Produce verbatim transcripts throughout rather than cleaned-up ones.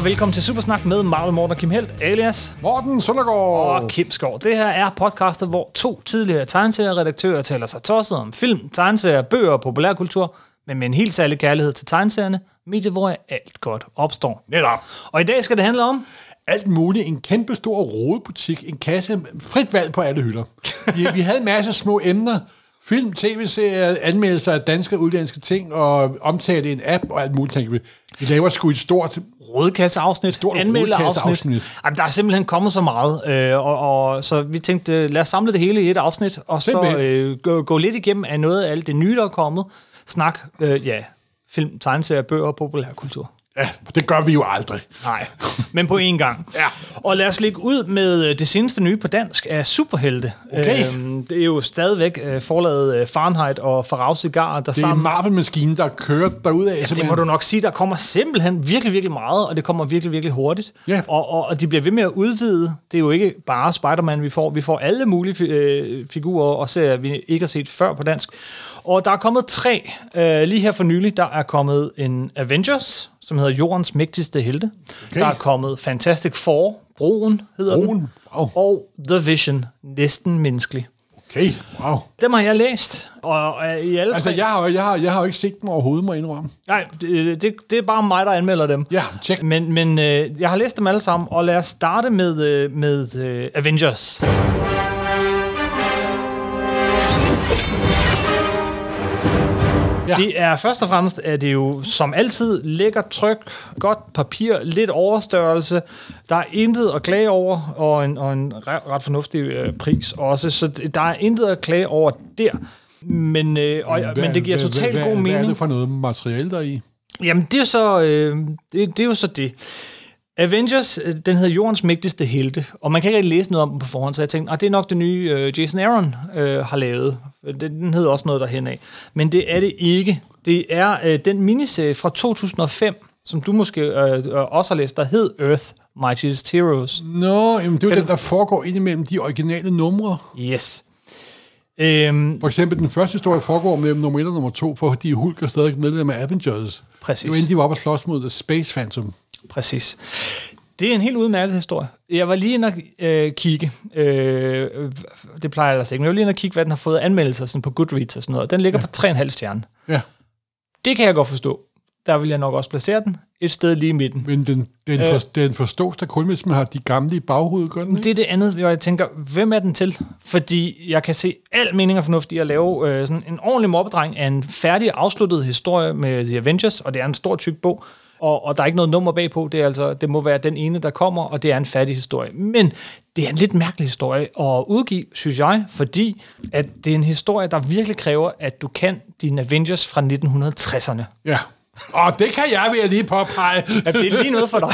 og velkommen til Supersnak med Marvel Morten og Kim Helt, alias Morten Søndergaard og Kim Skov. Det her er podcastet, hvor to tidligere tegneserieredaktører taler sig tosset om film, tegneserier, bøger og populærkultur, men med en helt særlig kærlighed til tegneserierne, mediet, hvor alt godt opstår. Netop. Og i dag skal det handle om alt muligt. En kæmpe stor rodebutik, en kasse, frit valg på alle hylder. Vi, vi havde en masse små emner. Film, tv-serier, anmeldelser af danske og udlandske ting, og omtale en app og alt muligt, tænker vi. Vi laver sgu et stort rådkasseafsnit, stort anmelderafsnit. Jamen, der er simpelthen kommet så meget, øh, og, og så vi tænkte, lad os samle det hele i et afsnit, og så øh, gå, gå lidt igennem af noget af alt det nye, der er kommet. Snak, øh, ja, film, tegneserier, bøger og populærkultur. Ja, det gør vi jo aldrig. Nej, men på én gang. Ja. Og lad os lægge ud med det seneste nye på dansk af superhelte. Okay. Øhm, det er jo stadigvæk øh, forlaget Fahrenheit og Farag Cigar, der det sammen... Det er Marvel-maskinen, der kører derudad. Ja, det må du nok sige. Der kommer simpelthen virkelig, virkelig meget, og det kommer virkelig, virkelig hurtigt. Ja. Og, og, og de bliver ved med at udvide. Det er jo ikke bare Spider-Man, vi får. Vi får alle mulige øh, figurer og serier, vi ikke har set før på dansk. Og der er kommet tre. Øh, lige her for nylig, der er kommet en Avengers, som hedder Jordens mægtigste helte. Okay. Der er kommet Fantastic Four, Broen hedder Broen. den. Wow. Og The Vision, næsten menneskelig. Okay, wow. Dem har jeg læst. Og, og i alle altså, tre... jeg har, jeg, har, jeg har jo ikke set dem overhovedet, må jeg indrømme. Nej, det, det, det er bare mig, der anmelder dem. Ja, tjek. Men, men øh, jeg har læst dem alle sammen, og lad os starte med, øh, med øh, Avengers. Ja. Det er først og fremmest, at det jo som altid lækker tryk, godt papir, lidt overstørrelse. Der er intet at klage over, og en, og en ret, ret fornuftig øh, pris også. Så der er intet at klage over der. Men, øh, og, hvad, men det giver hvad, totalt hvad, god mening. Hvad er det for noget materiale, der er i? Jamen, det er, så, øh, det, det er jo så det. Avengers, den hedder Jordens mægtigste helte, og man kan ikke rigtig læse noget om den på forhånd, så jeg tænkte, at det er nok det nye, øh, Jason Aaron øh, har lavet. Den hedder også noget derhen af. Men det er det ikke. Det er øh, den miniserie fra to tusind og fem, som du måske øh, også har læst, der hed Earth Mightiest Heroes. Nå, jamen, det er jo den, der foregår indimellem de originale numre. Yes. Øhm, For eksempel den første historie foregår mellem nummer et og nummer to, fordi Hulk er stadig medlem af Avengers. Præcis. Det var inden de var oppe og slås mod The Space Phantom. Præcis. Det er en helt udmærket historie. Jeg var lige inde og øh, kigge. Øh, det plejer jeg ellers ikke, men jeg var lige inde og kigge, hvad den har fået anmeldelser sådan på Goodreads og sådan noget. Den ligger ja. på tre komma fem stjerne. Ja. Det kan jeg godt forstå. Der vil jeg nok også placere den et sted lige i midten. Men den, den, øh, for, den forstås der kun, hvis man har de gamle i baghovedet, gør den, ikke? Det er det andet, hvor jeg tænker, hvem er den til? Fordi jeg kan se al mening og fornuft i at lave øh, sådan en ordentlig mobbedreng af en færdig afsluttet historie med The Avengers, og det er en stor tyk bog. Og, og der er ikke noget nummer bagpå, det, er altså, det må være den ene, der kommer, og det er en færdig historie. Men det er en lidt mærkelig historie at udgive, synes jeg, fordi at det er en historie, der virkelig kræver, at du kan dine Avengers fra nitten tresserne. Ja, og det kan jeg, vil jeg lige påpege. Ja, det er lige noget for dig.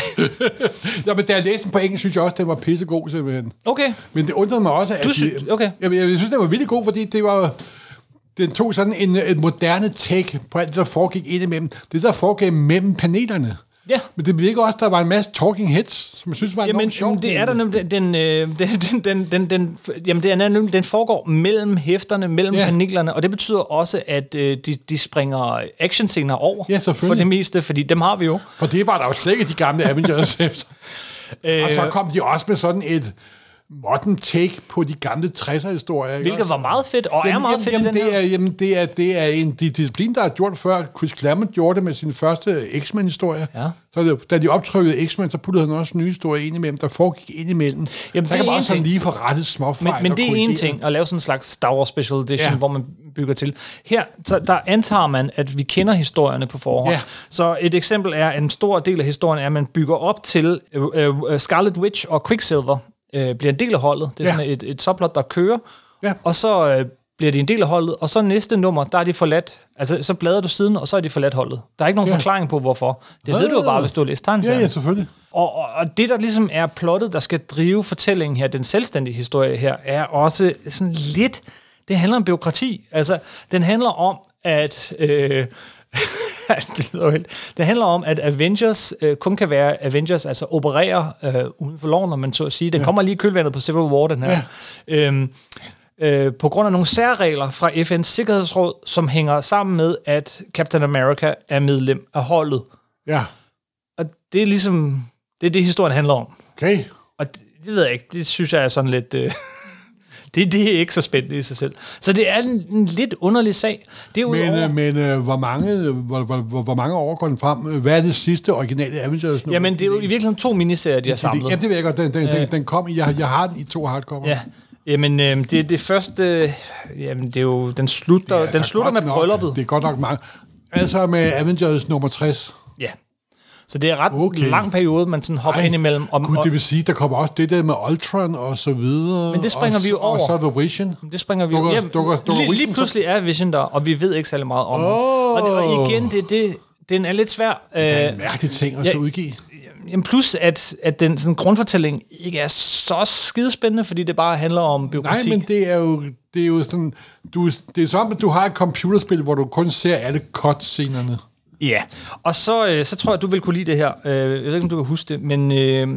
Ja, men da jeg læste den på engelsk, synes jeg også, det var pissegod, simpelthen. Okay. Men det undrede mig også, at... Du synes, okay. Jeg, jeg, jeg synes, det var virkelig god, fordi det var... Den tog sådan en, en moderne take på alt det, der foregik indimellem. Det, der foregik mellem panelerne. Ja. Men det blev ikke også, der var en masse talking heads, som jeg synes var jamen, enormt sjovt. det er der nemlig, den, den, den, den, den, den, jamen det er nemlig, den foregår mellem hæfterne, mellem ja. panelerne, og det betyder også, at øh, de, de springer actionscener over. Ja, selvfølgelig. For det meste, fordi dem har vi jo. For det var der jo slet ikke de gamle Avengers. øh, og så kom de også med sådan et modern take på de gamle tresser-historier. Hvilket også? Var meget fedt, og jamen, er meget fedt jamen, i den det her. Er, jamen, det er, det er en disciplin, der er gjort før. Chris Claremont gjorde det med sin første X-Men-historie. Ja. Så det, da de optrykkede X-Men, så puttede han også en ny historie ind imellem, der foregik ind imellem. Jamen, der kan man også sådan lige få rettet småfejl. Men, men det er en ting, at lave sådan en slags Star Wars Special Edition, ja. Hvor man bygger til. Her, så der antager man, at vi kender historierne på forhånd. Ja. Så et eksempel er, en stor del af historien er, at man bygger op til uh, uh, Scarlet Witch og Quicksilver, Øh, bliver en del af holdet. Det er ja. sådan et, et subplot, der kører. Ja. Og så øh, bliver de en del af holdet. Og så næste nummer, der er de forladt. Altså, så bladrer du siden, og så er de forladt holdet. Der er ikke nogen ja. forklaring på, hvorfor. Det ved ja. du jo bare, hvis du har læst tegneserien. Ja, ja, selvfølgelig. Og, og, og det, der ligesom er plottet, der skal drive fortællingen her, den selvstændige historie her, er også sådan lidt... Det handler om bureaukrati. Altså, den handler om, at... Øh, det handler om, at Avengers øh, kun kan være Avengers, altså operere øh, uden for loven, når man så at sige. Den ja. kommer lige i kølvandet på Civil War, den her. Ja. Øhm, øh, på grund af nogle særregler fra F N's Sikkerhedsråd, som hænger sammen med, at Captain America er medlem af holdet. Ja. Og det er ligesom... Det er det, historien handler om. Okay. Og det, det ved jeg ikke. Det synes jeg er sådan lidt... Øh, det, det er ikke så spændende i sig selv. Så det er en, en lidt underlig sag. Det er men udover... men øh, hvor, mange, hvor, hvor, hvor, hvor mange år går den frem? Hvad er det sidste originale Avengers? Jamen, det er jo i virkeligheden to miniserier, de har samlet. Jamen, det ved jeg godt. Den, den, den, den kom i. Jeg, jeg har den i to hardcover. Ja. Jamen, øh, det er det første... Øh, jamen, det er jo... Den slutter, ja, altså, den slutter med brylluppet. Det er godt nok mange. Altså med Avengers nummer tres. Ja. Så det er ret okay. lang periode, man sådan hopper Ej, ind imellem. Om, Gud, det vil sige, der kommer også det der med Ultron og så videre. Men det springer og, vi jo over. Og så The Vision. Det springer vi jo. Ja, lige, lige pludselig er Vision der, og vi ved ikke særlig meget om oh. og, det, og igen, det, det, den er lidt svær. Det er en mærkelig ting at ja, så udgive. Jamen plus, at, at den sådan, grundfortælling ikke er så skidespændende, fordi det bare handler om bureaukrati. Nej, men det er jo, det er jo sådan... Du, det er som, at du har et computerspil, hvor du kun ser alle cut-scenerne. Ja, og så, øh, så tror jeg, du vil kunne lide det her. Øh, jeg ved ikke, om du kan huske det, men øh,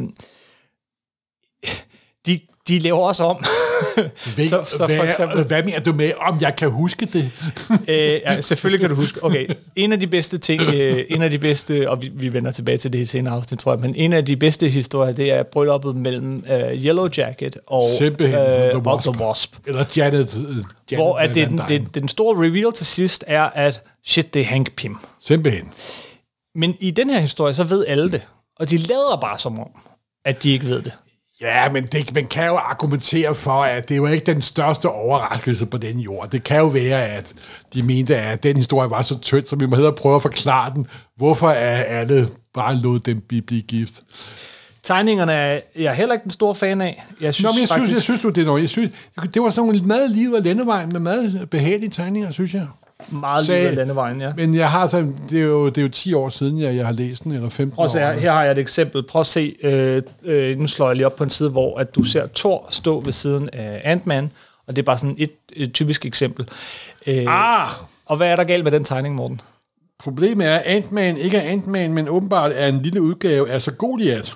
de, de laver også om. Ved, så, så hvad, for eksempel, hvad mener du med, om jeg kan huske det? øh, ja, selvfølgelig kan du huske. Okay, en af de bedste ting, øh, en af de bedste, og vi, vi vender tilbage til det i senere afsnit, tror jeg, men en af de bedste historier, det er brylluppet mellem øh, Yellow Jacket og, øh, The og The Wasp. Eller Janet. Uh, Janet hvor at det, den, det, den store reveal til sidst er, at shit, det er Hank Pym. Simpelthen. Men i den her historie, så ved alle det. Og de lader bare som om, at de ikke ved det. Ja, men det, man kan jo argumentere for, at det var ikke den største overraskelse på den jord. Det kan jo være, at de mente, at den historie var så tynd, så vi må hellere prøve at forklare den. Hvorfor er alle bare lod dem blive gift? Tegningerne er jeg heller ikke den store fan af. Jeg synes, Nå, men jeg, faktisk... synes, jeg synes, det er noget. Jeg synes, det var sådan nogle meget liv af landevejen med meget behagelige tegninger, synes jeg. Meget liv af landevejen, ja. Men jeg har så, det er jo, det er jo ti år siden, jeg, jeg har læst den, eller femten Prøv at se, her, her har jeg et eksempel. Prøv at se, øh, øh, nu slår jeg lige op på en side, hvor at du ser Thor stå ved siden af Ant-Man, og det er bare sådan et, et typisk eksempel. Øh, ah! Og hvad er der galt med den tegning, Morten? Problemet er, at Ant-Man ikke er Ant-Man, men åbenbart er en lille udgave af så Goliath.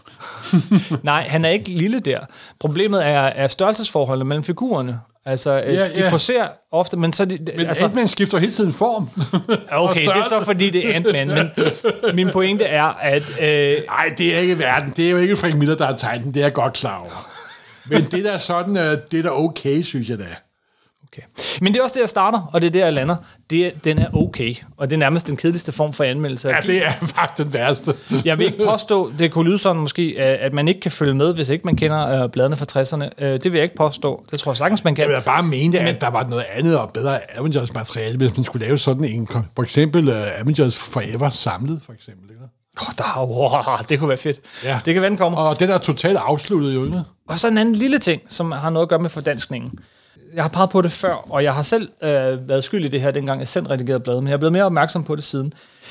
Nej, han er ikke lille der. Problemet er, er størrelsesforholdet mellem figurerne. Altså, ja, de ja. poserer ofte, men så... De, men altså, Ant-Man skifter hele tiden form. Okay, det er så fordi, det er Ant-Man, men min pointe er, at... Øh, Nej, det er ikke verden. Det er jo ikke Frank Miller, der har tegnet den. Det er jeg godt klar over. Men det der sådan, det er der okay, synes jeg da. Okay. Men det er også det, jeg starter, og det er der, jeg lander. Det, den er okay, og det er nærmest den kedeligste form for anmeldelse. Ja, det er faktisk den værste. Jeg vil ikke påstå, det kunne lyde sådan måske, at man ikke kan følge med, hvis ikke man kender øh, bladene fra tresserne. Øh, det vil jeg ikke påstå. Det tror jeg sagtens, man kan. Jeg vil bare mene, at der var noget andet og bedre Avengers-materiale, hvis man skulle lave sådan en, for eksempel uh, Avengers Forever samlet, for eksempel. Ikke? Oh, der, wow, det kunne være fedt. Ja. Det kan være, den kommer. Og den er totalt afsluttet, jo ikke? Og så en anden lille ting, som har noget at gøre med fordanskningen. Jeg har peget på det før, og jeg har selv øh, været skyld i det her, dengang jeg selv redigerede bladet, men jeg er blevet mere opmærksom på det siden.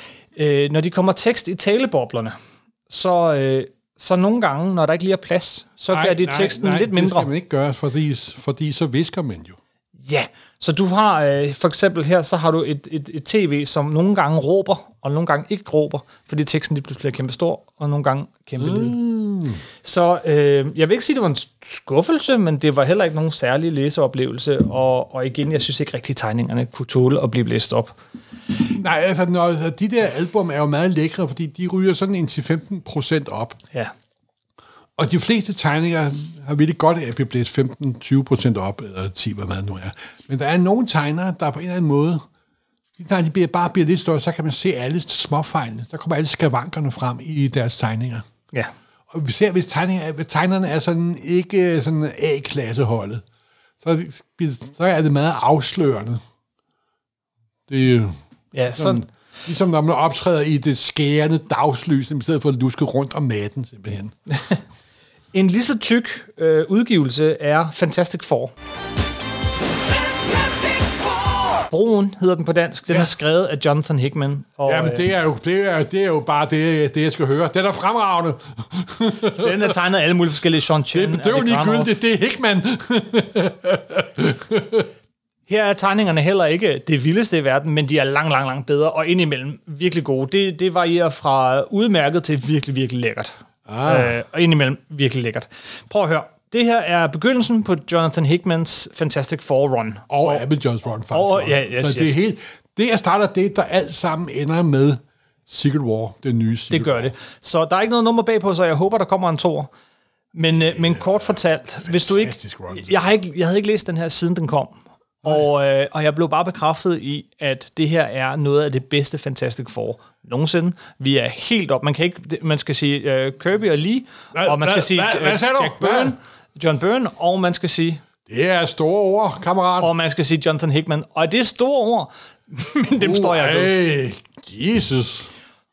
Øh, når de kommer tekst i taleboblerne, så, øh, så nogle gange, når der ikke lige er plads, så gør de teksten nej, lidt mindre. Nej, det skal man ikke gøre, fordi, fordi så visker man jo. Ja, så du har øh, for eksempel her, så har du et, et, et tv, som nogle gange råber, og nogle gange ikke råber, fordi teksten lige pludselig er kæmpe stor, og nogle gange kæmpe lille. Mm. Så øh, jeg vil ikke sige, at det var en skuffelse, men det var heller ikke nogen særlig læseoplevelse, og, og igen, jeg synes ikke rigtig, tegningerne kunne tåle at blive blæst op. Nej, altså når, de der album er jo meget lækre, fordi de ryger sådan en til femten procent op. Ja. Og de fleste tegninger har virkelig godt af at blive blæst femten til tyve procent op, eller ti, hvad det nu er. Men der er nogle tegnere, der på en eller anden måde, når de bliver, bare bliver lidt større, så kan man se alle småfejlene. Der kommer alle skavankerne frem i deres tegninger. Ja. Og vi ser, hvis, hvis tegnerne er sådan ikke sådan A-klasseholdet, så, så er det meget afslørende. Det er ja, sådan, sådan. Ligesom når man optræder i det skærende dagslys, i stedet for at luske rundt om natten, simpelthen. En lige så tyk øh, udgivelse er Fantastic Four. Broen hedder den på dansk. Den ja. er skrevet af Jonathan Hickman. Og, Jamen, det er, jo, det, er, det er jo bare det, det, jeg skal høre. Den er fremragende. Den er tegnet af alle mulige forskellige Sean Chen. Det, det er jo ligegyldigt. Det er Hickman. Her er tegningerne heller ikke det vildeste i verden, men de er langt, langt, langt bedre, og indimellem virkelig gode. Det, det varierer fra udmærket til virkelig, virkelig lækkert. Ah. Øh, og indimellem virkelig lækkert. Prøv at høre. Det her er begyndelsen på Jonathan Hickmans Fantastic Four run. Og, og Avengers run, faktisk. Og, ja, yes, Så det, yes. er helt, det, jeg starter, det, der alt sammen ender med Secret War, det nye Secret Det gør War. det. Så der er ikke noget nummer bagpå, så jeg håber, der kommer en toer. Men, øh, men kort fortalt, hvis du ikke... Jeg, har ikke... jeg havde ikke læst den her, siden den kom. Og, øh, og jeg blev bare bekræftet i, at det her er noget af det bedste Fantastic Four nogensinde. Vi er helt op. Man kan ikke... Man skal sige uh, Kirby og Lee, hvad, og man skal hvad, sige hvad, hvad Jack Byrne, John Byrne, og man skal sige... Det er store ord, kammerat. Og man skal sige Jonathan Hickman. Og det er store ord, men dem uh, står jeg ved. Jesus.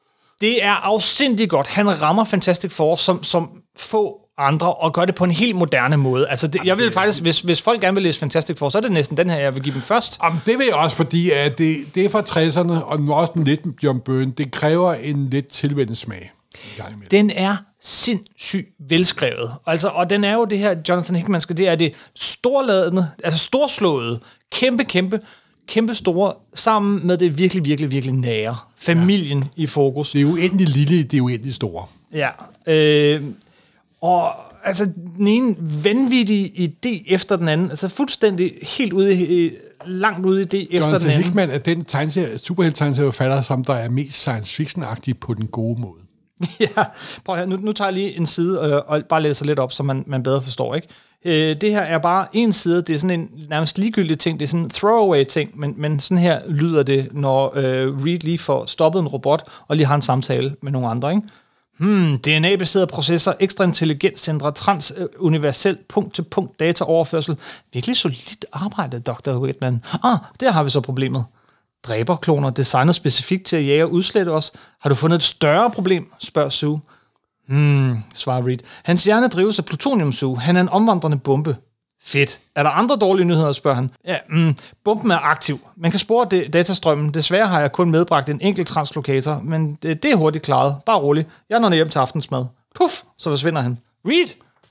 Det er afsindigt godt. Han rammer Fantastic Four som, som få andre, og gør det på en helt moderne måde. Altså, det, jeg vil det, faktisk, hvis, hvis folk gerne vil læse Fantastic Four, så er det næsten den her, jeg vil give dem først. Jamen, det vil jeg også, fordi at det, det er fra tresserne, og nu også lidt med John Byrne. Det kræver en lidt tilvendt smag. Den er sindssygt velskrevet. Altså, og den er jo det her, Jonathan Hickman skal, det er det storladende, altså storslåede, kæmpe, kæmpe, kæmpe store, sammen med det virkelig, virkelig, virkelig nære. Familien ja. i fokus. Det er uendelig lille, det er uendelig store. Ja. Øh, og altså, den ene vanvittige idé efter den anden, altså fuldstændig helt ude i, langt ude i det efter Jonathan den anden. Hickman er den tegneserie, superhelt-tegneserieforfatter, som der er mest science fiction-agtig på den gode måde. Ja, prøv at, nu, nu tager jeg lige en side øh, og bare læser lidt op, så man, man bedre forstår, ikke? Øh, det her er bare en side, det er sådan en nærmest ligegyldig ting, det er sådan en throwaway ting, men, men sådan her lyder det, når øh, Reed lige får stoppet en robot, og lige har en samtale med nogle andre, ikke? Hmm, D N A-baserede processer, ekstra intelligenscentre, transuniversel punkt-til-punkt dataoverførsel. Virkelig solidt arbejde, doktor Whitman. Ah, der har vi så problemet. Dræberkloner, designet specifikt til at jage og udslette os. Har du fundet et større problem, spørger Sue. Hmm, svarer Reed. Hans hjerne drives af plutonium, Sue. Han er en omvandrende bombe. Fedt. Er der andre dårlige nyheder, spørger han. Ja, mm, bomben er aktiv. Man kan spore det, datastrømmen. Desværre har jeg kun medbragt en enkelt translokator, men det, det er hurtigt klaret. Bare rolig. Jeg når hjem til aftensmad. Puff, så forsvinder han. Reed!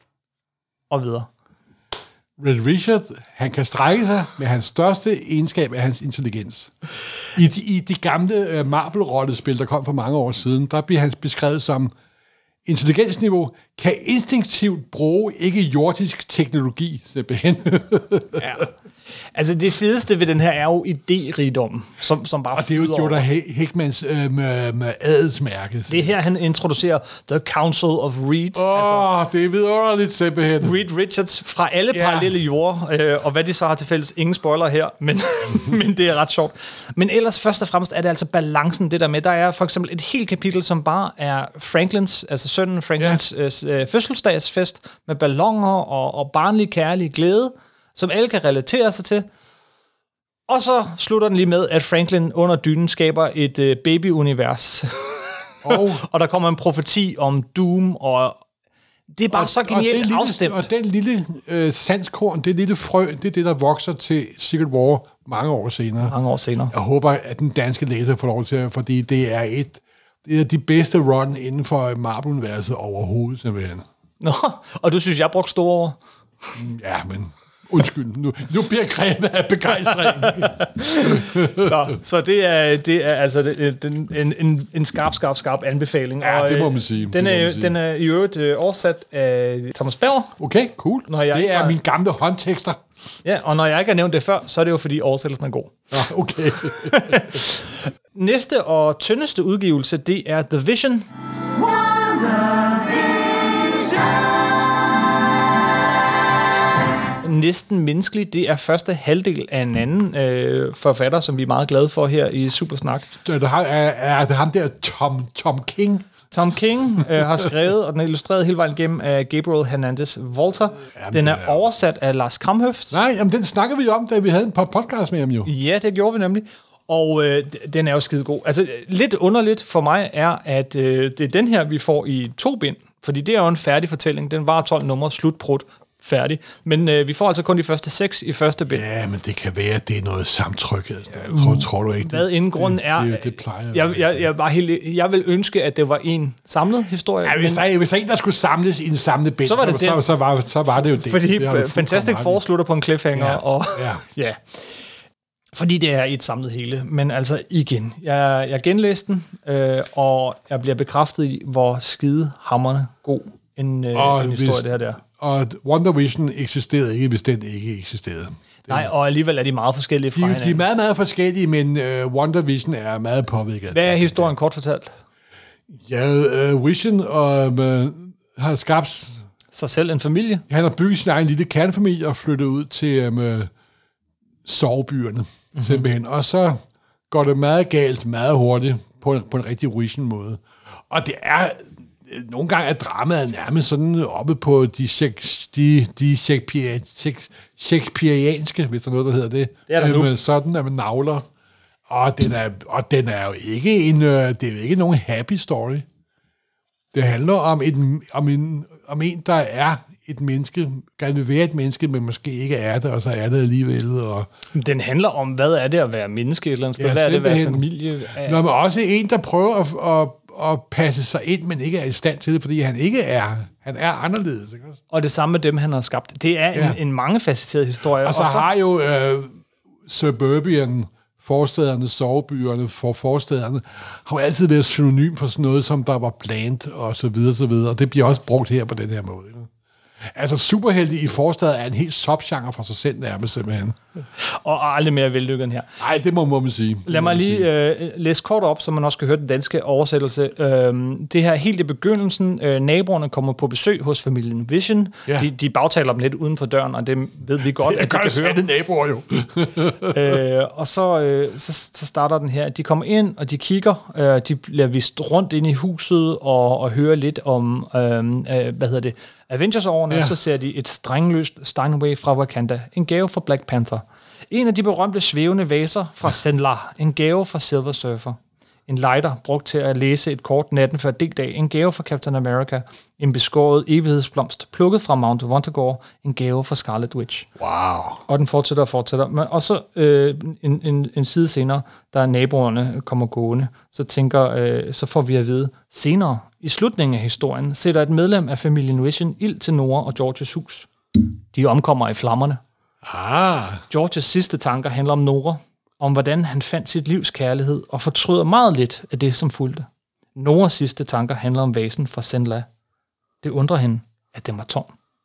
Og videre. Red Richard, han kan strække sig, men hans største egenskab er hans intelligens. I de, i de gamle uh, Marvel-rollespil, der kom for mange år siden, der bliver han beskrevet som intelligensniveau, kan instinktivt bruge ikke-jordisk teknologi, simpelthen. Ja. Altså, det fedeste ved den her er jo idérigdommen, som, som bare og det er jo Jonah Hickmans øh, med, med adelsmærke. Det er her, han introducerer The Council of Reeds. Åh, oh, altså, det er vidunderligt simpelthen. Reed Richards fra alle yeah. parallelle jorder, øh, og hvad de så har til fælles, ingen spoiler her, men, men det er ret sjovt. Men ellers først og fremmest er det altså balancen, det der med, der er for eksempel et helt kapitel, som bare er Franklins, altså sønnen Franklins yeah. øh, fødselsdagsfest, med balloner og, og barnlig kærlig glæde, som alle kan relatere sig til. Og så slutter den lige med, at Franklin under dynen skaber et øh, babyunivers. Oh. Og der kommer en profeti om Doom, og det er bare og, så genialt og afstemt. Og den lille øh, sandskorn, det lille frø, det er det, der vokser til Secret War mange år senere. Mange år senere. Jeg håber, at den danske læser får lov til, fordi det er et det er de bedste run inden for Marvel-universet overhovedet, simpelthen. Nå, og du synes, jeg brugte store ord? Ja, men... Undskyld, nu, nu bliver jeg grebet af begejstring. Nå, så det er, det er altså det, det, en, en, en skarp, skarp, skarp anbefaling. Ja, og, det må man sige. Den er, man sige. den er i øvrigt øh, oversat af Thomas Bauer. Okay, cool. Når jeg det er har, mine gamle håndtekster. Ja, og når jeg ikke har nævnt det før, så er det jo, fordi oversættelsen er god. Ja, okay. Næste og tyndeste udgivelse, det er The Vision. Næsten menneskelig. Det er første halvdel af en anden øh, forfatter, som vi er meget glade for her i Supersnak. Det er, er det ham der Tom, Tom King? Tom King øh, har skrevet, og den er illustreret hele vejen igennem af Gabriel Hernandez Walter. Jamen, den er, er oversat af Lars Kramhøft. Nej, jamen, den snakker vi om, da vi havde en podcast med ham jo. Ja, det gjorde vi nemlig. Og øh, den er jo skide god. Altså, lidt underligt for mig er, at øh, det er den her, vi får i to bind. Fordi det er jo en færdig fortælling. Den var tolv numre, slutbrud, færdig. Men øh, vi får altså kun de første seks i første bind. Ja, men det kan være, at det er noget samtrykket. Ja, tror, tror du ikke det? Hvad inden grunden er... Det, det, det plejer jeg, jeg, jeg, var helt, jeg vil ønske, at det var en samlet historie. Ja, hvis, der, hvis der er en, der skulle samles i en samlet bind, så var det, så, så, så, var, så var det jo det. Fordi det Fantastic Four slutter på en cliffhanger. Ja, og, ja. ja. Fordi det er et samlet hele. Men altså igen, jeg, jeg genlæste den, øh, og jeg bliver bekræftet i, hvor skide hamrende god en, øh, en historie hvis, det her der. og Wonder Vision eksisterede ikke, hvis den ikke eksisterede. Nej, og alligevel er de meget forskellige fra de, hinanden. De er meget, meget forskellige, men uh, Wonder Vision er meget påvirket. Hvad er historien kort fortalt? Ja, uh, Vision og, uh, har skabt sig selv en familie. Han har bygget sin egen lille kernefamilie og flyttet ud til um, sovebyerne, mm-hmm. simpelthen. Og så går det meget galt, meget hurtigt, på en, på en rigtig Vision-måde. Og det er... Nogle gange er dramaet nærmest sådan oppe på de, de, de shakespearianske, hvis der er noget, der hedder det. Det er der nu. Sådan, at man navler. Og den er, og den er jo ikke en, det er jo ikke nogen happy story. Det handler om en, om en, om en der er et menneske, gerne vil være et menneske, men måske ikke er det, og så er det alligevel. Og den handler om, hvad er det at være menneske et eller andet sted? Ja, hvad er det at være familie? Nå, men også en, der prøver at, at, at passe sig ind, men ikke er i stand til det, fordi han ikke er, han er anderledes. Ikke? Og det samme med dem, han har skabt. Det er ja. en, en mangefacetteret historie. Og så, og så har jo uh, Suburban, forstederne, sovebyerne, for forstederne, har jo altid været synonym for sådan noget, som der var bland, og så videre, så videre. Og det bliver også brugt her på den her måde. Ikke? Altså, superhelte i forstedet er en helt subgenre for sig selv nærmest, simpelthen. Og aldrig mere vellykket end her. Nej, det må, må man sige. Det Lad mig lige øh, læse kort op, så man også kan høre den danske oversættelse. Øhm, det her helt i begyndelsen. Øh, naboerne kommer på besøg hos familien Vision. Ja. De, de bagtaler dem lidt uden for døren, og det ved vi godt, det at de kan høre. Det naboer jo. øh, og så, øh, så, så starter den her. De kommer ind, og de kigger. Øh, de bliver vist rundt ind i huset og, og hører lidt om, øh, øh, hvad hedder det, Avengers-årene, ja. Så ser de et strengløst Steinway fra Wakanda, en gave fra Black Panther. En af de berømte svævende vaser fra Zenla, en gave fra Silver Surfer. En lighter, brugt til at læse et kort natten før D-dag, en gave fra Captain America. En beskåret evighedsblomst, plukket fra Mount Vontegore, en gave fra Scarlet Witch. Wow. Og den fortsætter og fortsætter. Men også øh, en, en, en side senere, der naboerne kommer gående, så tænker, øh, så får vi at vide, senere, i slutningen af historien, sætter et medlem af familien Vision ild til Nora og Georges hus. De omkommer i flammerne. Ah. Georges sidste tanker handler om Nora, om hvordan han fandt sit livs kærlighed, og fortryder meget lidt af det, som fulgte. Noras sidste tanker handler om vasen fra Zenla. Det undrer hende, at den var tom.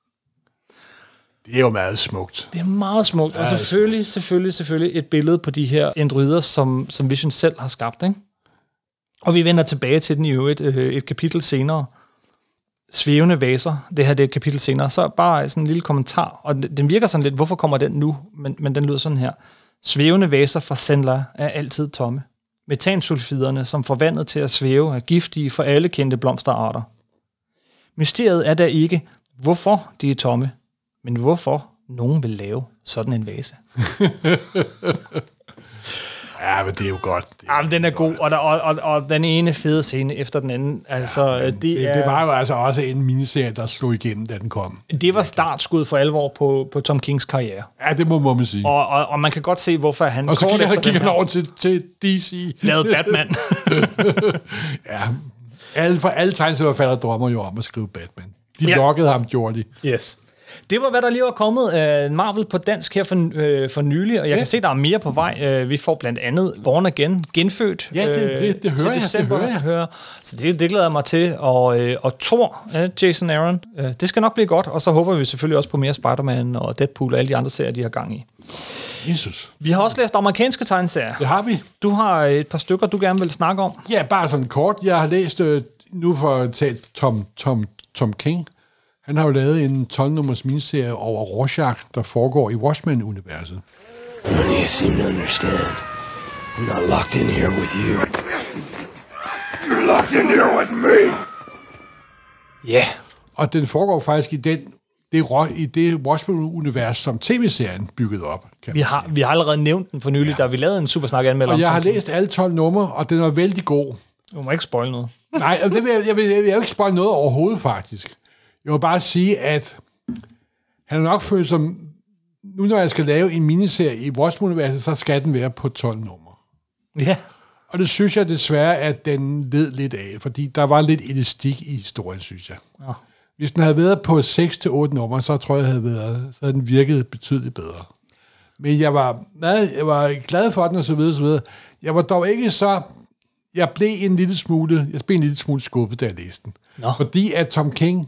Det er jo meget smukt. Det er meget smukt, og selvfølgelig, selvfølgelig, selvfølgelig et billede på de her androider, som, som Vision selv har skabt, ikke? Og vi vender tilbage til den i øvrigt et, et kapitel senere. Svævende vaser, det her det er et kapitel senere, så bare sådan en lille kommentar, og den virker sådan lidt, hvorfor kommer den nu? Men, men den lyder sådan her. Svævende vaser fra Zenla er altid tomme. Metansulfiderne, som får vandet til at svæve, er giftige for alle kendte blomsterarter. Mysteriet er da ikke, hvorfor de er tomme, men hvorfor nogen vil lave sådan en vase. Ja, men det er jo godt. Det ja, men den er god, og, der, og, og, og den ene fede scene efter den anden. Altså, ja, det, det, er, det var jo altså også en miniserie, der slog igennem, da den kom. Det var startskud for alvor på, på Tom Kings karriere. Ja, det må, må man sige. Og, og, og man kan godt se, hvorfor han... Og så kigger han, kigger han over til, til D C. Lavede Batman. Ja, alle, for alle tegneserieforfattere drømmer jo om at skrive Batman. De ja. Lokkede ham, gjorde de. Yes. Det var, hvad der lige var kommet af Marvel på dansk her for, øh, for nylig, og jeg ja. kan se, der er mere på vej. Vi får blandt andet Born Again, genfødt. Ja, det, det, det, det hører jeg, december, det hører jeg. Så det, det glæder jeg mig til. Og, øh, og Thor, øh, Jason Aaron, øh, det skal nok blive godt, og så håber vi selvfølgelig også på mere Spider-Man og Deadpool og alle de andre serier, de har gang i. Jesus. Vi har også læst amerikanske tegneserier. Det har vi. Du har et par stykker, du gerne vil snakke om. Ja, bare sådan kort. Jeg har læst, øh, nu for at tage Tom, Tom, Tom King. Han har jo lavet en tolv-nummers miniserie over Rorschach, der foregår i Watchmen-universet. None of you seem to understand. I'm not locked in here with you. You're locked in here with me. Ja. Yeah. Og den foregår faktisk i den det, i det Watchmen-univers, som tv-serien byggede op. Vi har, vi har allerede nævnt den for nylig, ja. Da vi lavede en supersnak-anmelder. Og jeg har læst alle tolv numre, og den var vældig god. Du må ikke spoil noget. Nej, det vil jeg, jeg, vil, jeg vil ikke spoil noget overhovedet, faktisk. Jeg vil bare sige, at han har nok følt som, nu når jeg skal lave en miniserie i Watchmen-universet, så skal den være på tolv numre. Ja. Og det synes jeg desværre, at den led lidt af, fordi der var lidt elastik i historien, synes jeg. Ja. Hvis den havde været på seks til otte numre, så tror jeg, havde været, så havde den virket betydeligt bedre. Men jeg var, meget, jeg var glad for den, og så videre, så videre. Jeg var dog ikke så... Jeg blev en lille smule, jeg blev en lille smule skuffet, da jeg læste den. Nå. Fordi at Tom King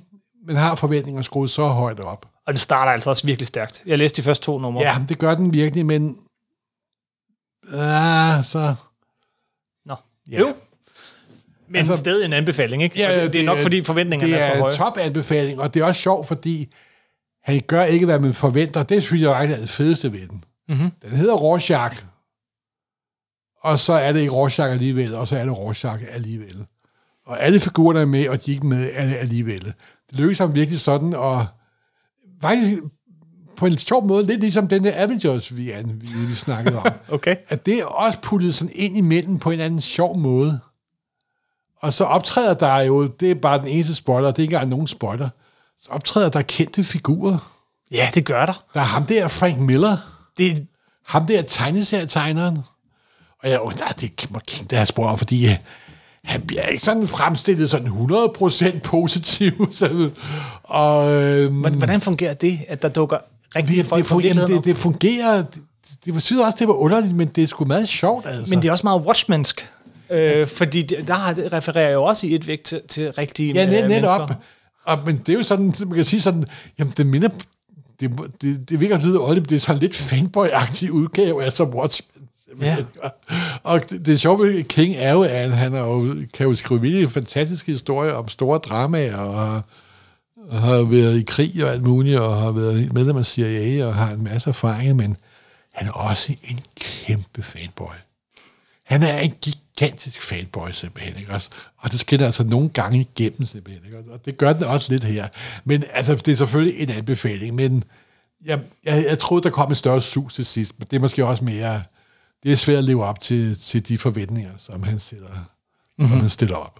man har forventninger skruet så højt op. Og det starter altså også virkelig stærkt. Jeg læste de første to numre. Ja, det gør den virkelig, men... Ah, så... Nå, ja. jo. Men altså, stadig en anbefaling, ikke? Ja, det, det er nok, fordi forventningerne er så høje. Det er en top-anbefaling, og det er også sjovt, fordi han gør ikke, hvad man forventer. Det synes jeg faktisk er det fedeste ved den. Mm-hmm. Den hedder Rorschach, og så er det ikke Rorschach alligevel, og så er det Rorschach alligevel. Og alle figurerne er med, og de er ikke med alligevel. Det lykkes ham virkelig sådan, og faktisk på en sjov måde, lidt ligesom den der Avengers, vi, vi, vi snakkede om. Okay. At det er også puttet sådan ind imellem på en anden sjov måde. Og så optræder der jo, det er bare den eneste spoiler, det er ikke engang nogen spoiler, så optræder der kendte figurer. Ja, det gør der. Der er ham der, Frank Miller. Det ham der, tegneserietegneren. Og jeg, nej, det må kæmpe det her spor, fordi han bliver ikke sådan fremstillet sådan hundrede procent positiv. Så, og, øhm, hvordan fungerer det, at der dukker rigtige det, folk det, det, det, det fungerer, det, det var synes også, det var underligt, men det er sgu meget sjovt, altså. Men det er også meget Watchmensk. Øh, fordi der refererer jo også i et vægt til, til rigtige ja, net, øh, mennesker. Op. Og, men det er jo sådan, man kan sige sådan, jamen det minder, det, det, det virker lidt ordentligt, det er sådan lidt fanboy-agtig udgave af som Watchmen. Ja. Og det, det sjove ved King er jo, at han er jo, kan jo skrive virkelig fantastiske historier om store dramaer, og, og har været i krig og alt muligt, og har været medlem af C I A, og har en masse erfaringer, men han er også en kæmpe fanboy. Han er en gigantisk fanboy, simpelthen, ikke også? Og det sker altså nogle gange igennem, simpelthen, ikke også? Og det gør den også lidt her. Men altså, det er selvfølgelig en anbefaling, men jeg, jeg, jeg troede, der kom en større sus til sidst, men det er måske også mere... Det er svært at leve op til, til de forventninger, som han, sætter, mm-hmm. som han stiller op.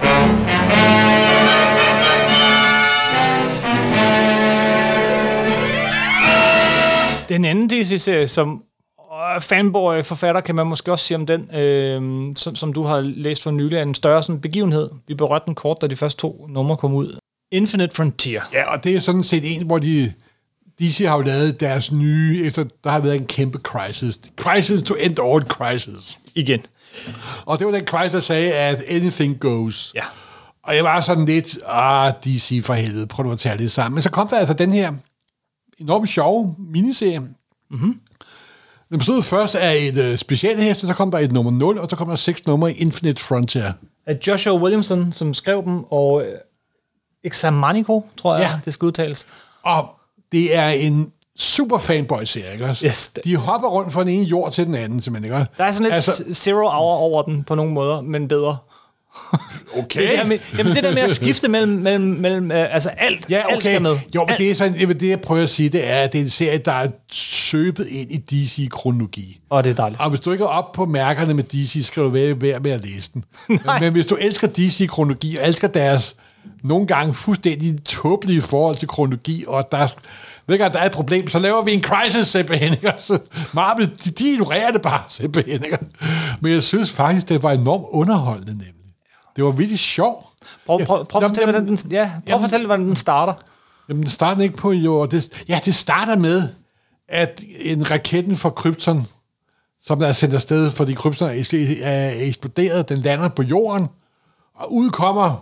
Den anden D C-serie, som fanboy-forfatter, kan man måske også sige om den, øh, som, som du har læst for nylig, er en større sådan, begivenhed. Vi berørte den kort, da de første to numre kom ud. Infinite Frontier. Ja, og det er sådan set en, hvor de... D C har jo lavet deres nye, efter der har været en kæmpe crisis. Crisis to end all crisis. Igen. Og det var den crisis, der sagde, at anything goes. Ja. Og jeg var sådan lidt, ah, D C for helvede, prøv nu at tage det sammen. Men så kom der altså den her enormt sjove miniserie. Mm-hmm. Den bestod først af et uh, specialhæfte, så kom der et nummer nul, og så kom der seks numre i Infinite Frontier. Af Joshua Williamson, som skrev dem, og Examanico, tror jeg, ja. Det skal udtales. Og det er en super fanboy-serie, ikke også? Yes. De hopper rundt fra den ene jord til den anden, simpelthen, ikke? Der er sådan lidt altså, zero hour over den på nogle måder, men bedre. Okay. Det der med, jamen det der med at skifte mellem, mellem, mellem øh, altså alt, ja, okay. alt skal med. Jo, men alt. det er sådan, det jeg prøver at sige, det er, at det er en serie, der er søbet ind i D C-kronologi. Og det er dejligt. Og hvis du ikke er op på mærkerne med D C, skal du være værd med at læse den. Men hvis du elsker D C-kronologi, og elsker deres nogle gange fuldstændig tåbelige forhold til kronologi, og der ved at der er et problem, så laver vi en crisis, simpelthen. Altså, Marvel, de, de ignorerer det bare, simpelthen. Men jeg synes faktisk, det var enormt underholdende, nemlig. Det var virkelig sjovt. Prøv, prøv, prøv, at fortælle, hvordan den, ja, prøv at fortælle, hvordan den starter. Jamen, den starter ikke på jord. Det, ja, det starter med, at en raketten fra Krypton, som der er sendt afsted, fordi Krypton er eksploderet, den lander på jorden, og udkommer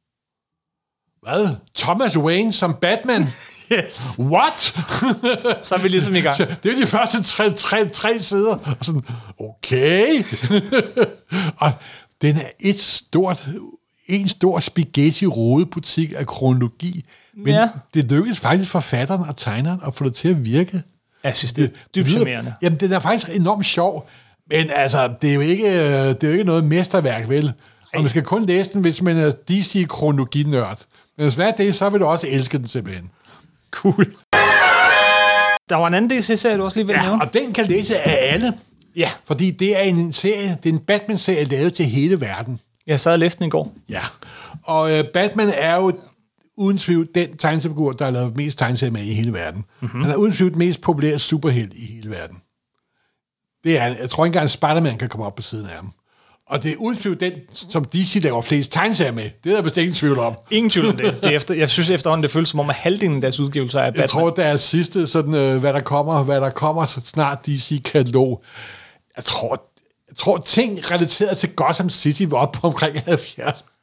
hvad? Thomas Wayne som Batman? Yes. What? Så er vi ligesom i gang. Det er de første tre, tre, tre sider. Og sådan, okay. Og den er et stort, en stor spaghetti-rodebutik af kronologi. Men ja. Det lykkedes faktisk forfatteren og tegneren at få det til at virke. Jeg synes, det er dybt charmerende. Jamen, den er faktisk enormt sjov. Men altså, det er jo ikke, det er jo ikke noget mesterværk, vel? Og man skal kun læse den, hvis man er D C-kronologinørd. Men hvis hvad er det, så vil du også elske den simpelthen. Cool. Der var en anden D C-serie, du også lige vil nævne. Ja, og den kan læse af alle. Ja. Fordi det er en serie, det er en Batman-serie lavet til hele verden. Jeg sad og læste den i går. Ja. Og øh, Batman er jo uden tvivl den tegneseriefigur, der har lavet mest tegneserier med i hele verden. Mm-hmm. Han er uden tvivl den mest populære superhelt i hele verden. Det er, jeg tror ikke engang, Spider-Man kan komme op på siden af ham. Og det er uden tvivl den, som D C laver flest tegneserier med. Det er der bestemt ingen tvivl om. Ingen tvivl om det. det er efter, jeg synes efterhånden, det føles som om, at halvdelen af deres udgivelser er Batman. Jeg tror, deres sidste, sådan, øh, hvad der kommer, hvad der kommer så snart D C-katalog. Jeg tror, jeg tror, ting relateret til Gotham City var op på omkring halvfjerds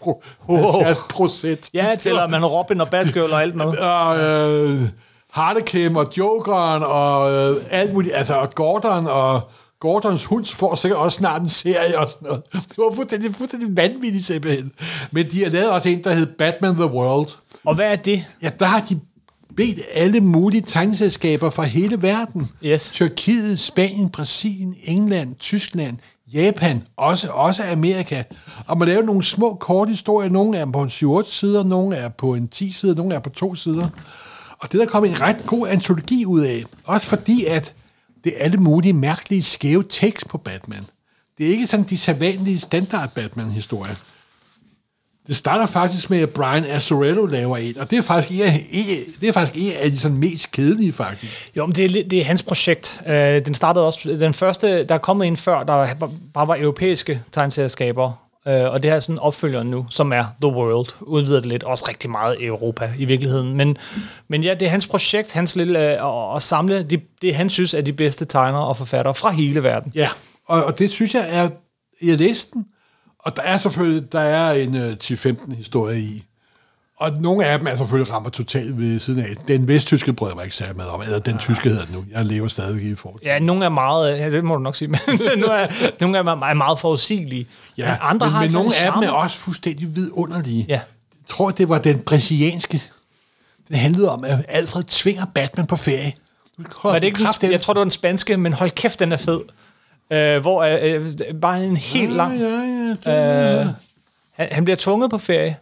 procent. Ja, tæller man Robin og Batgirl og alt med. Og øh, Harlequin og Jokeren og øh, alt muligt, altså og Gordon og Gordons hund får sikkert også snart en serie og sådan noget. Det var fuldstændig, fuldstændig vanvittigt simpelthen. Men de har lavet også en, der hed Batman The World. Og hvad er det? Ja, der har de bedt alle mulige tegneselskaber fra hele verden. Yes. Tyrkiet, Spanien, Brasilien, England, Tyskland, Japan, også, også Amerika. Og man laver nogle små korte historier. Nogle er på en syv otte sider, nogle er på en ti sider, nogle er på to sider. Og det der kommer en ret god antologi ud af. Også fordi, at det er alle mulige mærkelige, skæve tekst på Batman. Det er ikke sådan de sædvanlige standard Batman-historier. Det starter faktisk med, at Brian Azzarello laver et, og det er faktisk en af, det er faktisk en af de sådan mest kedelige, faktisk. Jo, men det er, det er hans projekt. Uh, den startede også, den første, der er kommet en før, der bare var europæiske tegneserieskaber, uh, og det her er sådan opfølgeren nu, som er The World, udvider det lidt, også rigtig meget i Europa i virkeligheden. Men, men ja, det er hans projekt, hans lille, uh, at samle de, det, han synes er de bedste tegnere og forfattere fra hele verden. Ja, og, og det synes jeg er, jeg læste den, og der er selvfølgelig, der er en uh, ti til femten historie i. Og nogle af dem er selvfølgelig rammer totalt ved siden af. Den vesttyske brød mig ikke særlig med om, eller den tyske hedder det nu. Jeg lever stadigvæk i forhold til. Ja, nogle er meget, ja, det må du nok sige, men nogle er, nogle er meget forudsigelige. Ja, men andre men, har men nogle af charme. dem er også fuldstændig vidunderlige. Ja. Jeg tror, det var den brasilianske. Den handlede om, at Alfred tvinger Batman på ferie. Var det ikke den, jeg tror, det var den spanske, men hold kæft, den er fed. Uh, hvor uh, uh, bare en helt ja, lang... Ja, ja, uh, han, han bliver tvunget på ferie,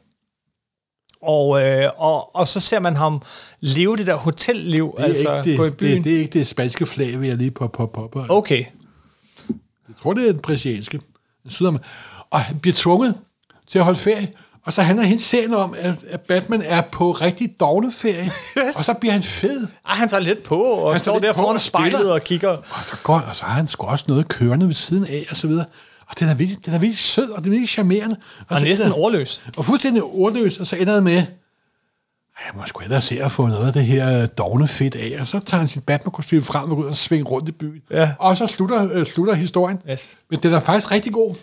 og, øh, og, og så ser man ham leve det der hotelliv, altså det, gå i byen. Det, det er ikke det spanske flag, vil jeg lige på på på. på. Okay. Jeg tror, det er den brasilianske. Og han bliver tvunget til at holde ferie, og så handler hele serien om, at, at Batman er på rigtig dogneferie, yes. Og så bliver han fed. Ej, han tager lidt på, og han står der foran spejlet og kigger. Og så, går, og så har han sgu også noget kørende ved siden af, og så videre. Og den er virkelig, den er virkelig sød, og den er virkelig charmerende. Og, og næsten ordløs. Og fuldstændig ordløs, og så ender det med, jeg må sgu ellers se at få noget af det her dognefedt af, og så tager han sit Batman-kostyme frem og går ud og svinger rundt i byen. Ja. Og så slutter, øh, slutter historien. Yes. Men den er faktisk rigtig god.